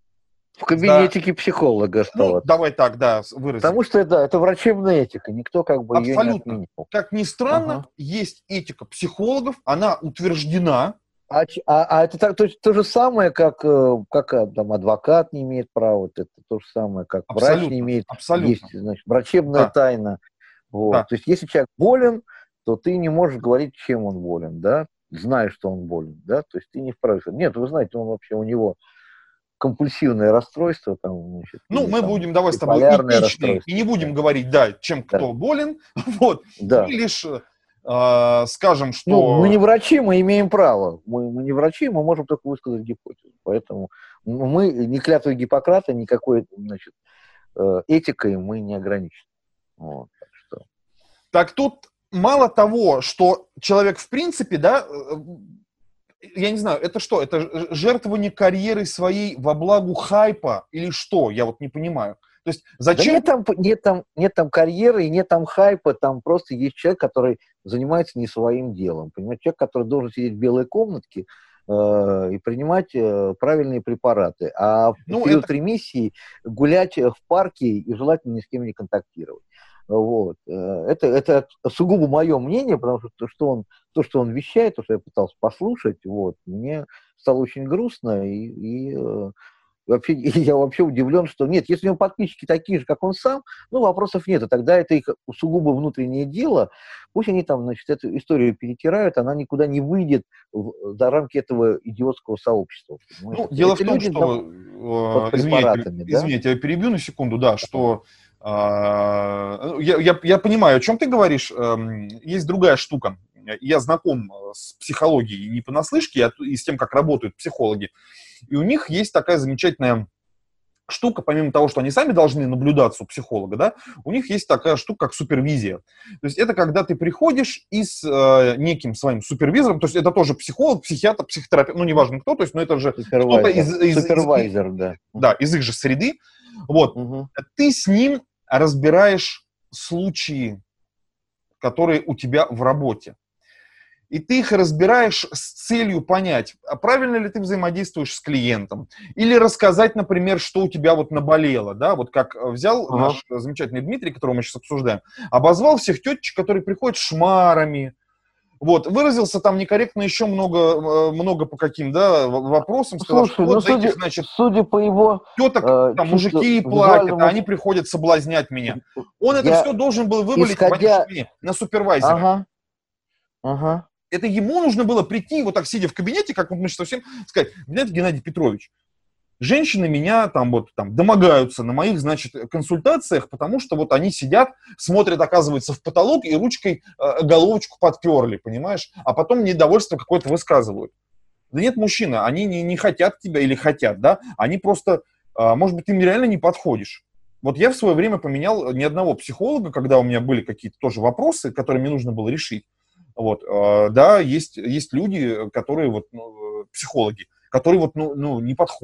В кабинетике психолога оставаться. Ну, давай так, да, выразим. Потому что это врачебная этика, никто как бы ее не отменил. Как ни странно, есть этика психологов, она утверждена. А это так, то же самое, как там, адвокат не имеет права, это то же самое, как врач не имеет. Есть, значит, врачебная тайна. Вот. Да. То есть, если человек болен, то ты не можешь говорить, чем он болен, да, знаешь, что он болен, да, то есть ты не вправе сказать, нет, вы знаете, он вообще, у него компульсивное расстройство, там, значит, ну, мы будем, давай с тобой этичны, и не будем говорить, да, чем кто болен, вот, мы лишь скажем, что... Ну, мы не врачи, мы имеем право, мы не врачи, мы можем только высказать гипотезу, поэтому мы ни клятвой Гиппократа, никакой, значит, этикой мы не ограничены. Вот, так тут мало того, что человек в принципе, да, я не знаю, это что? Это жертвование карьеры своей во благо хайпа или что? Я вот не понимаю. То есть зачем... Да нет там карьеры и нет там хайпа, там просто есть человек, который занимается не своим делом. Понимаете, человек, который должен сидеть в белой комнатке и принимать правильные препараты, а в период ремиссии гулять в парке и желательно ни с кем не контактировать. Вот. Это сугубо мое мнение, потому что то, что он вещает, то, что я пытался послушать, вот, мне стало очень грустно, и вообще, я вообще удивлен, что нет, если у него подписчики такие же, как он сам, ну, вопросов нет, и тогда это их сугубо внутреннее дело, пусть они там, значит, эту историю перетирают, она никуда не выйдет за рамки этого идиотского сообщества. Ну, дело в том, что, извините, я перебью на секунду, да, что я понимаю, о чем ты говоришь, есть другая штука. Я знаком с психологией не понаслышке, и с тем, как работают психологи. И у них есть такая замечательная штука, помимо того, что они сами должны наблюдаться у психолога, да, у них есть такая штука, как супервизия. То есть это когда ты приходишь и с неким своим супервизором, то есть это тоже психолог, психиатр, психотерапевт, ну, неважно кто, то есть, но это же кто-то из их же среды. Вот. Ты с ним разбираешь случаи, которые у тебя в работе. И ты их разбираешь с целью понять, а правильно ли ты взаимодействуешь с клиентом. Или рассказать, например, что у тебя вот наболело. Да? Вот как взял наш замечательный Дмитрий, которого мы сейчас обсуждаем, обозвал всех тетечек, которые приходят шмарами. Вот, выразился там некорректно еще много по каким, да, вопросам. Сказал, слушай, что вот за этих, значит, судя по его... Теток, там мужики платят, а они приходят соблазнять меня. Он это все должен был вывалить на супервайзера. Это ему нужно было прийти, вот так сидя в кабинете, как мы сейчас всем, сказать, знаете, Геннадий Петрович, женщины меня там вот там домогаются на моих, значит, консультациях, потому что вот они сидят, смотрят, оказывается, в потолок и ручкой головочку подперли, понимаешь? А потом недовольство какое-то высказывают. Да нет, мужчина, они не хотят тебя или хотят, да? Они просто, может быть, ты им реально не подходишь. Вот я в свое время поменял ни одного психолога, когда у меня были какие-то тоже вопросы, которые мне нужно было решить. Вот, да, есть люди, которые вот, психологи, которые вот, не подходят.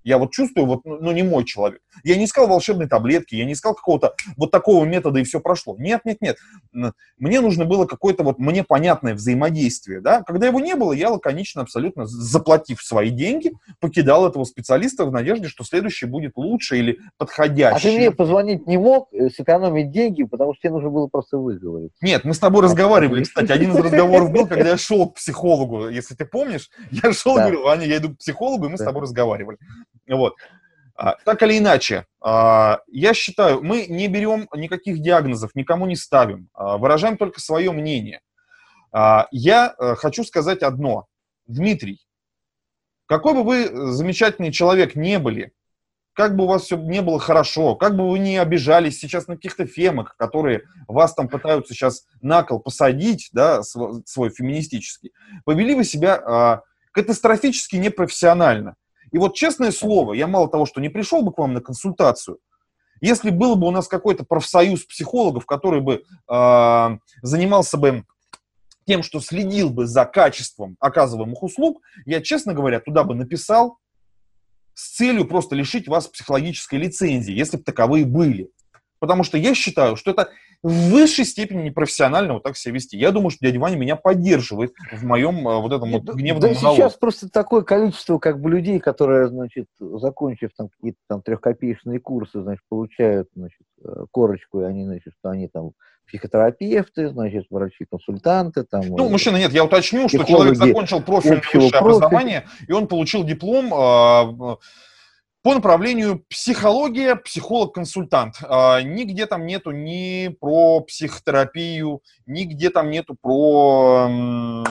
Я вот чувствую, вот, ну, не мой человек. Я не искал волшебной таблетки, я не искал какого-то вот такого метода, и все прошло. Нет. Мне нужно было какое-то вот мне понятное взаимодействие, да. Когда его не было, я лаконично абсолютно, заплатив свои деньги, покидал этого специалиста в надежде, что следующий будет лучше или подходящий. А ты мне позвонить не мог, сэкономить деньги, потому что тебе нужно было просто выговорить. Нет, мы с тобой разговаривали, кстати. Один из разговоров был, когда я шел к психологу, если ты помнишь. Я шел и говорю: Ваня, я иду к психологу, и мы с тобой разговаривали. Вот. Так или иначе, я считаю, мы не берем никаких диагнозов, никому не ставим, выражаем только свое мнение. Я хочу сказать одно. Дмитрий, какой бы вы замечательный человек не были, как бы у вас все не было хорошо, как бы вы не обижались сейчас на каких-то фемок, которые вас там пытаются сейчас на кол посадить, да, свой феминистический, повели вы себя катастрофически непрофессионально. И вот, честное слово, я мало того, что не пришел бы к вам на консультацию, если был бы у нас какой-то профсоюз психологов, который бы занимался бы тем, что следил бы за качеством оказываемых услуг, я, честно говоря, туда бы написал с целью просто лишить вас психологической лицензии, если бы таковые были. Потому что я считаю, что это в высшей степени непрофессионально вот так себя вести. Я думаю, что дядя Ваня меня поддерживает в моем вот этом вот гневном монологе. Сейчас просто такое количество как бы людей, которые, значит, закончив там какие-то там 3-копеечные курсы, значит, получают, значит, корочку, и они, значит, что они там психотерапевты, значит, врачи-консультанты. Там, ну, мужчина, нет, я уточню, что человек закончил профильное высшее образование, и он получил диплом по направлению психология, психолог-консультант. Нигде там нету ни про психотерапию, нигде там нету про,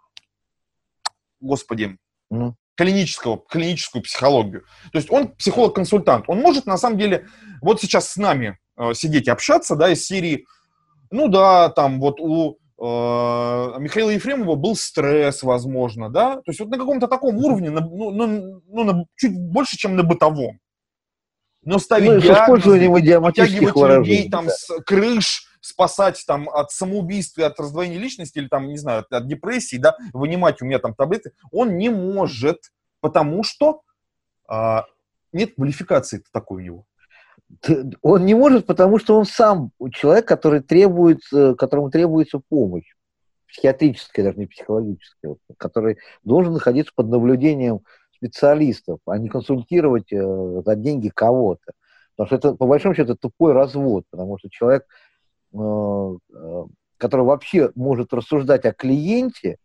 клиническую психологию. То есть он психолог-консультант. Он может, на самом деле, вот сейчас с нами сидеть и общаться, да, из серии, ну да, там вот у Михаила Ефремова был стресс, возможно, да, то есть вот на каком-то таком уровне, чуть больше, чем на бытовом. Но ставить диагнозы, вытягивать людей там с крыш, спасать там от самоубийства, от раздвоения личности или там, не знаю, от депрессии, да, вынимать у меня там таблеты, он не может, потому что нет квалификации такой у него. Он не может, потому что он сам человек, которому требуется помощь, психиатрическая, даже не психологическая, который должен находиться под наблюдением специалистов, а не консультировать за деньги кого-то. Потому что это, по большому счету, тупой развод, потому что человек, который вообще может рассуждать о клиенте...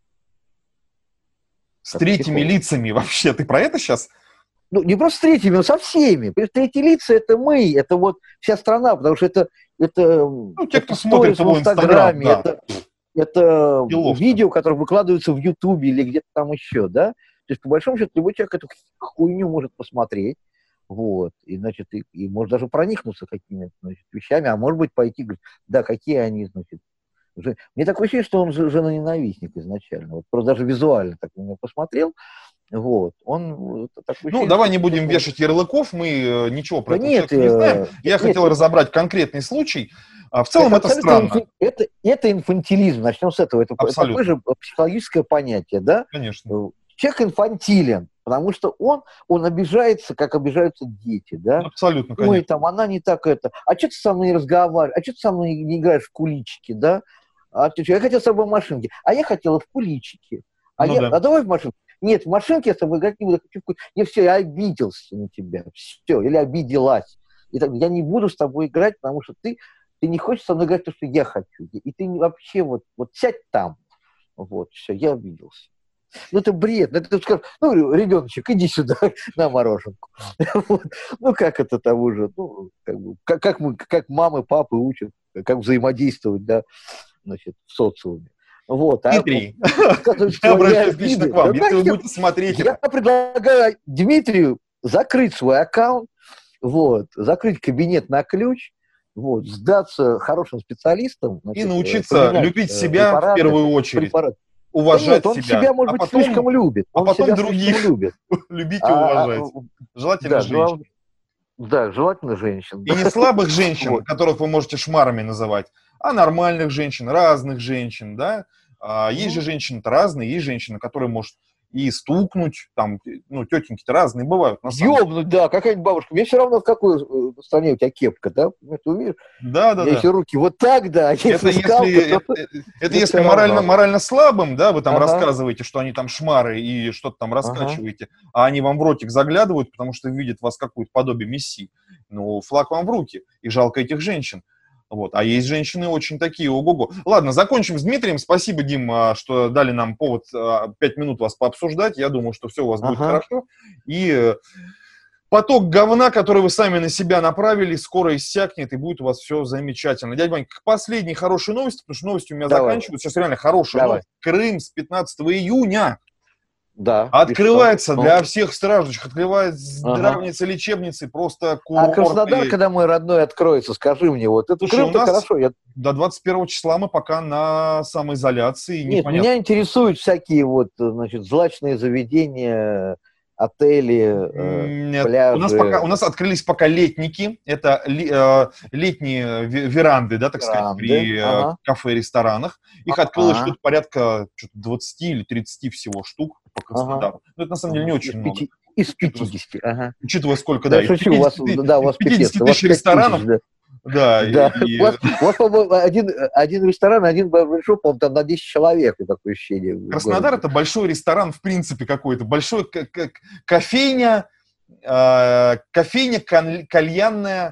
С третьими лицами вообще, ты про это сейчас? Ну, не просто с третьими, но со всеми. Третьи лица — это мы, это вот вся страна, потому что это ну, те, кто смотрит его Инстаграме, да. это видео, которые выкладываются в Ютубе или где-то там еще, да. То есть, по большому счету, любой человек эту хуйню может посмотреть, вот, и, значит, и может даже проникнуться какими-то, значит, вещами, а может быть, пойти, говорить, да, какие они, значит. Мне такое ощущение, что он женоненавистник изначально. Вот просто даже визуально так на него посмотрел. Вот, он такой ну, давай не будем вешать ярлыков, мы ничего про этого человека не знаем. Я хотел разобрать конкретный случай. В целом это странно. Это инфантилизм, начнем с этого. Это такое же психологическое понятие, да? Конечно. Человек инфантилен, потому что он обижается, как обижаются дети, да? Абсолютно, конечно. Ой, там, она не так это. А что ты со мной не разговариваешь? А что ты со мной не играешь в куличики, да? Я хотел с тобой в машинке. А я хотела в куличики. А давай в машинке. Нет, в машинке я с тобой играть не буду. Я обиделся на тебя. Все, или обиделась. И так, я не буду с тобой играть, потому что ты не хочешь со мной играть то, что я хочу. И ты вообще вот сядь там. Вот, все, я обиделся. Ну, это бред. Это скажешь, ну, ребеночек, иди сюда на мороженку. Вот. Ну, как это того же? Ну, как мамы, папы учат, как взаимодействовать, да, значит, в социуме. Вот, Дмитрий, я обращаюсь лично к вам, если вы будете смотреть. Я предлагаю Дмитрию закрыть свой аккаунт, вот, закрыть кабинет на ключ, вот, сдаться хорошим специалистам. Значит, и научиться любить себя в первую очередь. Уважать он себя, может быть, слишком любит. А потом других любить и уважать. Желательно женщин. Да, желательно женщин. И не слабых женщин, которых вы можете шмарами называть, а нормальных женщин, разных женщин, да. Есть же женщины-то разные, есть женщина, которая может и стукнуть, там, ну, тетеньки-то разные бывают, на самом деле. Ёбнуть, да, какая-нибудь бабушка. Мне все равно, в какой стране у тебя кепка, да? Ты увидишь? Да, да, да. Если руки вот так, да, Это если скалка, то... это если морально слабым, да, вы там Ага. рассказываете, что они там шмары и что-то там раскачиваете, а они вам в ротик заглядывают, потому что видят вас какое-то подобие мессии. Ну, флаг вам в руки, и жалко этих женщин. Вот. А есть женщины очень такие, ого-го. Ладно, закончим с Дмитрием. Спасибо, Дим, что дали нам повод 5 минут вас пообсуждать. Я думаю, что все у вас будет хорошо. И поток говна, который вы сами на себя направили, скоро иссякнет, и будет у вас все замечательно. Дядя Вань, к последней хорошей новости, потому что новости у меня заканчиваются. Сейчас реально хорошая новость. Крым с 15 июня открывается для всех страждущих, открывается здравницы, лечебницы, просто курорты. А Краснодар, когда мой родной откроется, скажи мне, вот это Крым-то хорошо. До 21 числа мы пока на самоизоляции. Нет, меня интересуют всякие вот, значит, злачные заведения, отели, пляжи. У нас открылись пока летники, это летние веранды, да, так сказать, при кафе, ресторанах. Их открылось что-то порядка 20 или 30 всего штук по Краснодару. Но это на самом деле не очень много. Из 50, Учитывая, сколько, да, шучу, у вас 50 тысяч ресторанов. Да. У вас, по-моему, один ресторан, один барбершоп, по-моему, там на 10 человек, такое ощущение. Краснодар — это большой ресторан, в принципе, какой-то. Большой кофейня, кальянная,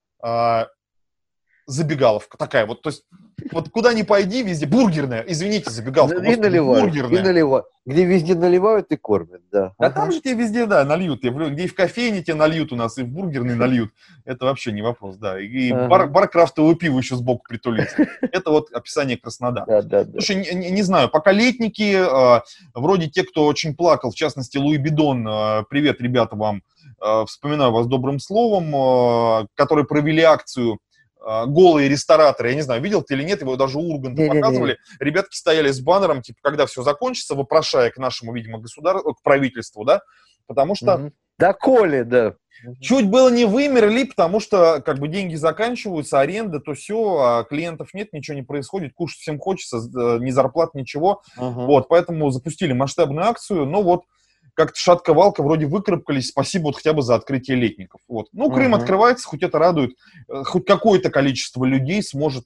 забегаловка такая вот. То есть вот куда ни пойди, везде бургерная. Извините, забегаловка. И наливают, где везде наливают и кормят, да. А там же тебе везде, да, нальют. Где и в кофейне тебе нальют у нас, и в бургерной нальют. Это вообще не вопрос, да. И бар крафтового пива еще сбоку притулится. Это вот описание Краснодара. Слушай, не знаю, пока летники, вроде те, кто очень плакал, в частности, Луи Бидон, привет, ребята, вам, вспоминаю вас добрым словом, которые провели акцию голые рестораторы, я не знаю, видел ты или нет, его даже у Урганта показывали. Ребятки стояли с баннером, типа, когда все закончится, вопрошая к нашему, видимо, к правительству, да, потому что... Да, коли, да. Чуть было не вымерли, потому что, как бы, деньги заканчиваются, аренда, то все, а клиентов нет, ничего не происходит, кушать всем хочется, ни зарплат, ничего. Вот, поэтому запустили масштабную акцию, но вот как-то шатко-валко вроде выкарабкались, спасибо вот хотя бы за открытие летников. Вот. Ну, Крым открывается, хоть это радует, хоть какое-то количество людей сможет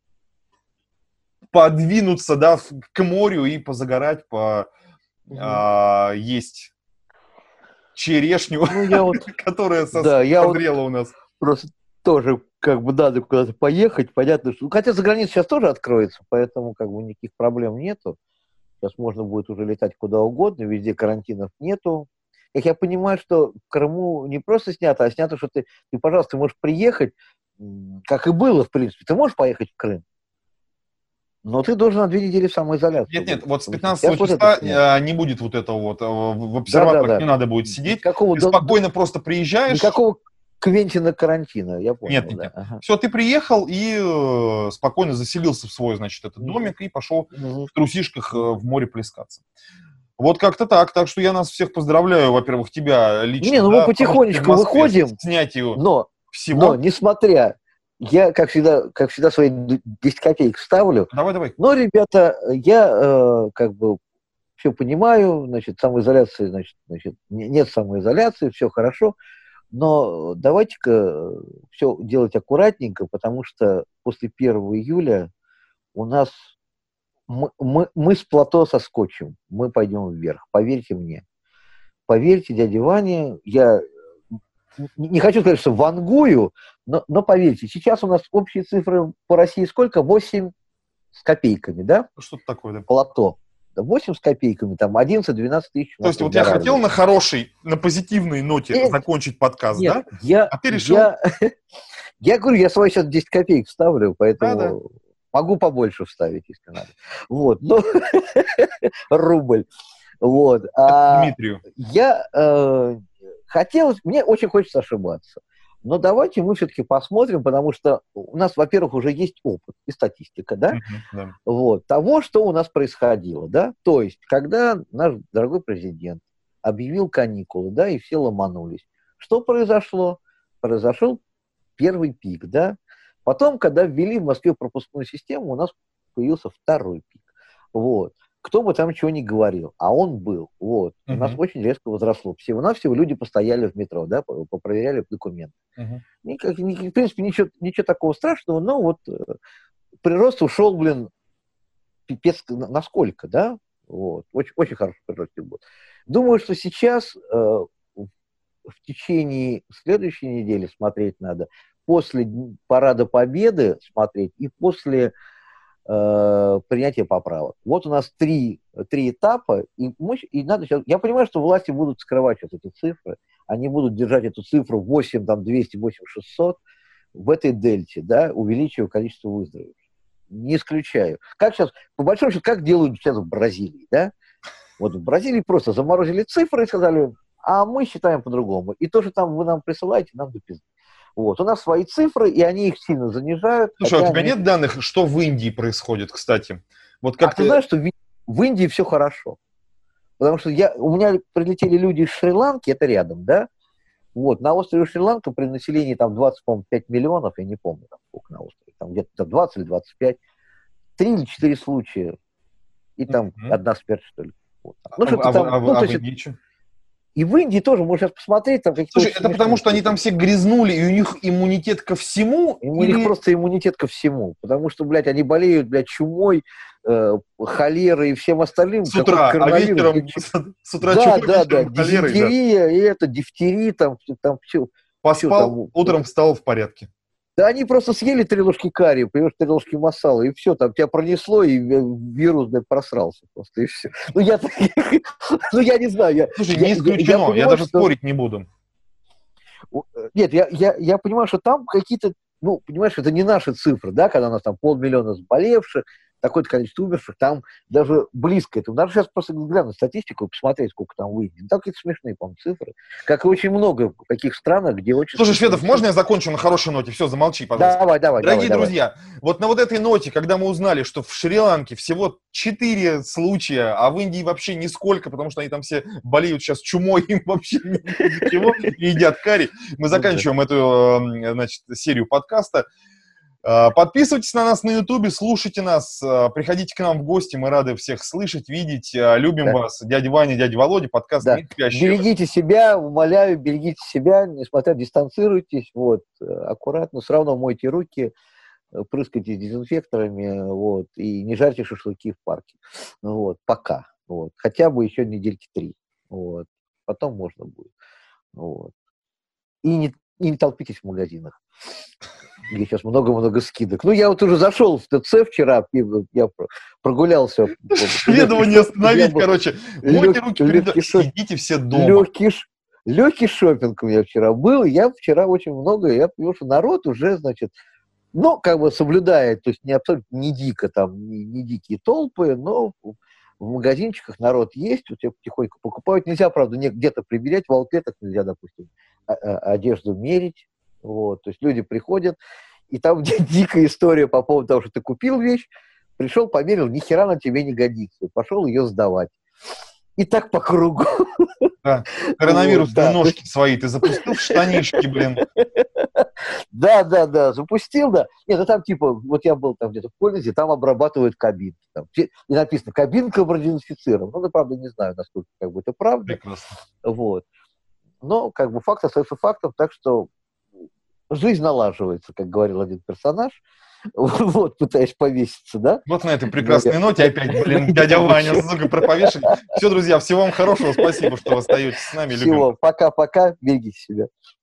подвинуться, да, к морю и позагорать, есть черешню, которая созрела у нас. Просто тоже, как бы, надо куда-то поехать, понятно, что... Хотя за границей сейчас тоже откроется, поэтому, как бы, никаких проблем нету. Сейчас можно будет уже летать куда угодно, везде карантинов нету. Как я понимаю, что в Крыму не просто снято, а снято, что ты, пожалуйста, можешь приехать, как и было, в принципе. Ты можешь поехать в Крым, но ты должен на 2 недели в самоизоляцию. Нет, вот с 15 числа не будет вот этого вот, в обсерваторах не надо будет сидеть. Ты спокойно просто приезжаешь. Никакого Квентина карантина, я понял. Нет. Все, ты приехал и спокойно заселился в свой, значит, этот домик и пошел в трусишках в море плескаться. Вот как-то так. Так что я нас всех поздравляю, во-первых, тебя лично. Не, ну мы потихонечку выходим, снятию всего. Но, несмотря, я, как всегда, свои 10 копеек вставлю. Давай. Но, ребята, я как бы все понимаю, значит, самоизоляции, значит, нет самоизоляции, все хорошо. Но давайте-ка все делать аккуратненько, потому что после 1 июля у нас мы с плато соскочим, мы пойдем вверх, поверьте мне. Поверьте, дядя Ваня, я не хочу сказать, что вангую, но поверьте, сейчас у нас общие цифры по России сколько? 8 с копейками, да? Что-то такое, да. Плато. 8 с копейками, там 11-12 тысяч. То есть вот я хотел на хорошей, на позитивной ноте закончить подкаст, нет, да? А ты решил... Я говорю, я свои сейчас 10 копеек вставлю, поэтому могу побольше вставить, если надо. Вот, ну, рубль. Вот. Дмитрию. Я мне очень хочется ошибаться. Но давайте мы все-таки посмотрим, потому что у нас, во-первых, уже есть опыт и статистика, да? Вот, того, что у нас происходило, да? То есть, когда наш дорогой президент объявил каникулы, да, и все ломанулись, что произошло? Произошел первый пик, да? Потом, когда ввели в Москве пропускную систему, у нас появился второй пик. Вот. кто бы там чего ни говорил, а он был, вот, у нас очень резко возросло. Всего-навсего люди постояли в метро, да, попроверяли документы. В принципе, ничего такого страшного, но вот прирост ушел, блин, пипец насколько, да, вот, очень, очень хороший прирост был. Думаю, что сейчас в течение следующей недели смотреть надо, после Парада Победы смотреть и после принятия поправок. Вот у нас три этапа, и надо сейчас... Я понимаю, что власти будут скрывать сейчас эти цифры, они будут держать эту цифру 8200, 8600 в этой дельте, да, увеличивая количество выздоровевших. Не исключаю. Как сейчас, по большому счету, как делают сейчас в Бразилии, да? Вот в Бразилии просто заморозили цифры и сказали, а мы считаем по-другому. И то, что там вы нам присылаете, нам до пизды. Вот. У нас свои цифры, и они их сильно занижают. Слушай, а у тебя нет данных, что в Индии происходит, кстати? Вот как ты знаешь, что в Индии все хорошо. Потому что у меня прилетели люди из Шри-Ланки, это рядом, да? Вот. На острове Шри-Ланка при населении там 25 миллионов, я не помню, там, сколько на острове, там где-то 20 или 25, 3 или 4 случая, и там одна смерть, что ли. Вот. Ну, в Индии что? И в Индии тоже, можно сейчас посмотреть, там какие-то... Слушай, это потому, что они там все грязнули, и у них иммунитет ко всему? У них просто иммунитет ко всему. Потому что, блядь, они болеют, блядь, чумой, холерой и всем остальным. С утра, а вечером с утра чумой, вечером холерой. Дизентерия, и это, дифтерия, там все. Поспал, утром встал в порядке. Да они просто съели 3 ложки карри, понимаешь, 3 ложки масала, и все, там тебя пронесло, и вирус, блядь, просрался просто, и все. Ну, я не знаю. Слушай, не исключено, я даже спорить не буду. Нет, я понимаю, что там какие-то, ну, понимаешь, это не наши цифры, да, когда у нас там 500 000 заболевших, такое-то количество умерших, там даже близко этому. Надо сейчас просто глянуть статистику и посмотреть, сколько там выйдет. Там какие-то смешные, по-моему, цифры. Как и очень много в таких странах, где очень... Слушай, Шведов, можно я закончу на хорошей ноте? Все, замолчи, пожалуйста. Давай. Дорогие друзья, вот на вот этой ноте, когда мы узнали, что в Шри-Ланке всего 4 случая, а в Индии вообще нисколько, потому что они там все болеют сейчас чумой, им вообще ничего, и едят карри, мы заканчиваем эту, значит, серию подкаста. Подписывайтесь на нас на Ютубе, слушайте нас, приходите к нам в гости, мы рады всех слышать, видеть, любим вас. Дядя Ваня, дядя Володя, подкаст «Мир спящего». Берегите себя, умоляю, берегите себя, несмотря, дистанцируйтесь, вот, аккуратно, все равно мойте руки, прыскайте дезинфекторами, вот, и не жарьте шашлыки в парке, вот, пока, вот, хотя бы еще недельки 3, вот, потом можно будет, вот, и не толпитесь в магазинах, где сейчас много-много скидок. Ну, я вот уже зашел в ТЦ вчера, я прогулялся. Шведова не остановить, короче. Мойте руки, идите все дома. Легкий шопинг у меня вчера был, я вчера очень много, я понял, что народ уже, значит, ну, как бы соблюдает, то есть не абсолютно не дико там, не дикие толпы, но в магазинчиках народ есть, вот тебя потихоньку покупают. Нельзя, правда, где-то примерять, в аутлетах нельзя, допустим, одежду мерить. Вот, то есть люди приходят, и там дикая история по поводу того, что ты купил вещь, пришел, померил, ни хера на тебе не годится, и пошел ее сдавать. И так по кругу. Да. Коронавирусные ножки свои ты запустил в штанишки, блин. Да, запустил, да. Нет, ну там типа, вот я был там где-то в Коллинзе, там обрабатывают кабинки. Там, и написано, кабинка продезинфицирована. Ну, я, правда, не знаю, насколько как бы это правда. Прекрасно. Вот. Но как бы факт остается фактом, так что жизнь налаживается, как говорил один персонаж, вот, пытаясь повеситься, да? Вот на этой прекрасной ноте опять, блин, дядя Ваня, сука, проповешен. Все, друзья, всего вам хорошего, спасибо, что вы остаетесь с нами. Всего, пока-пока, берегите себя.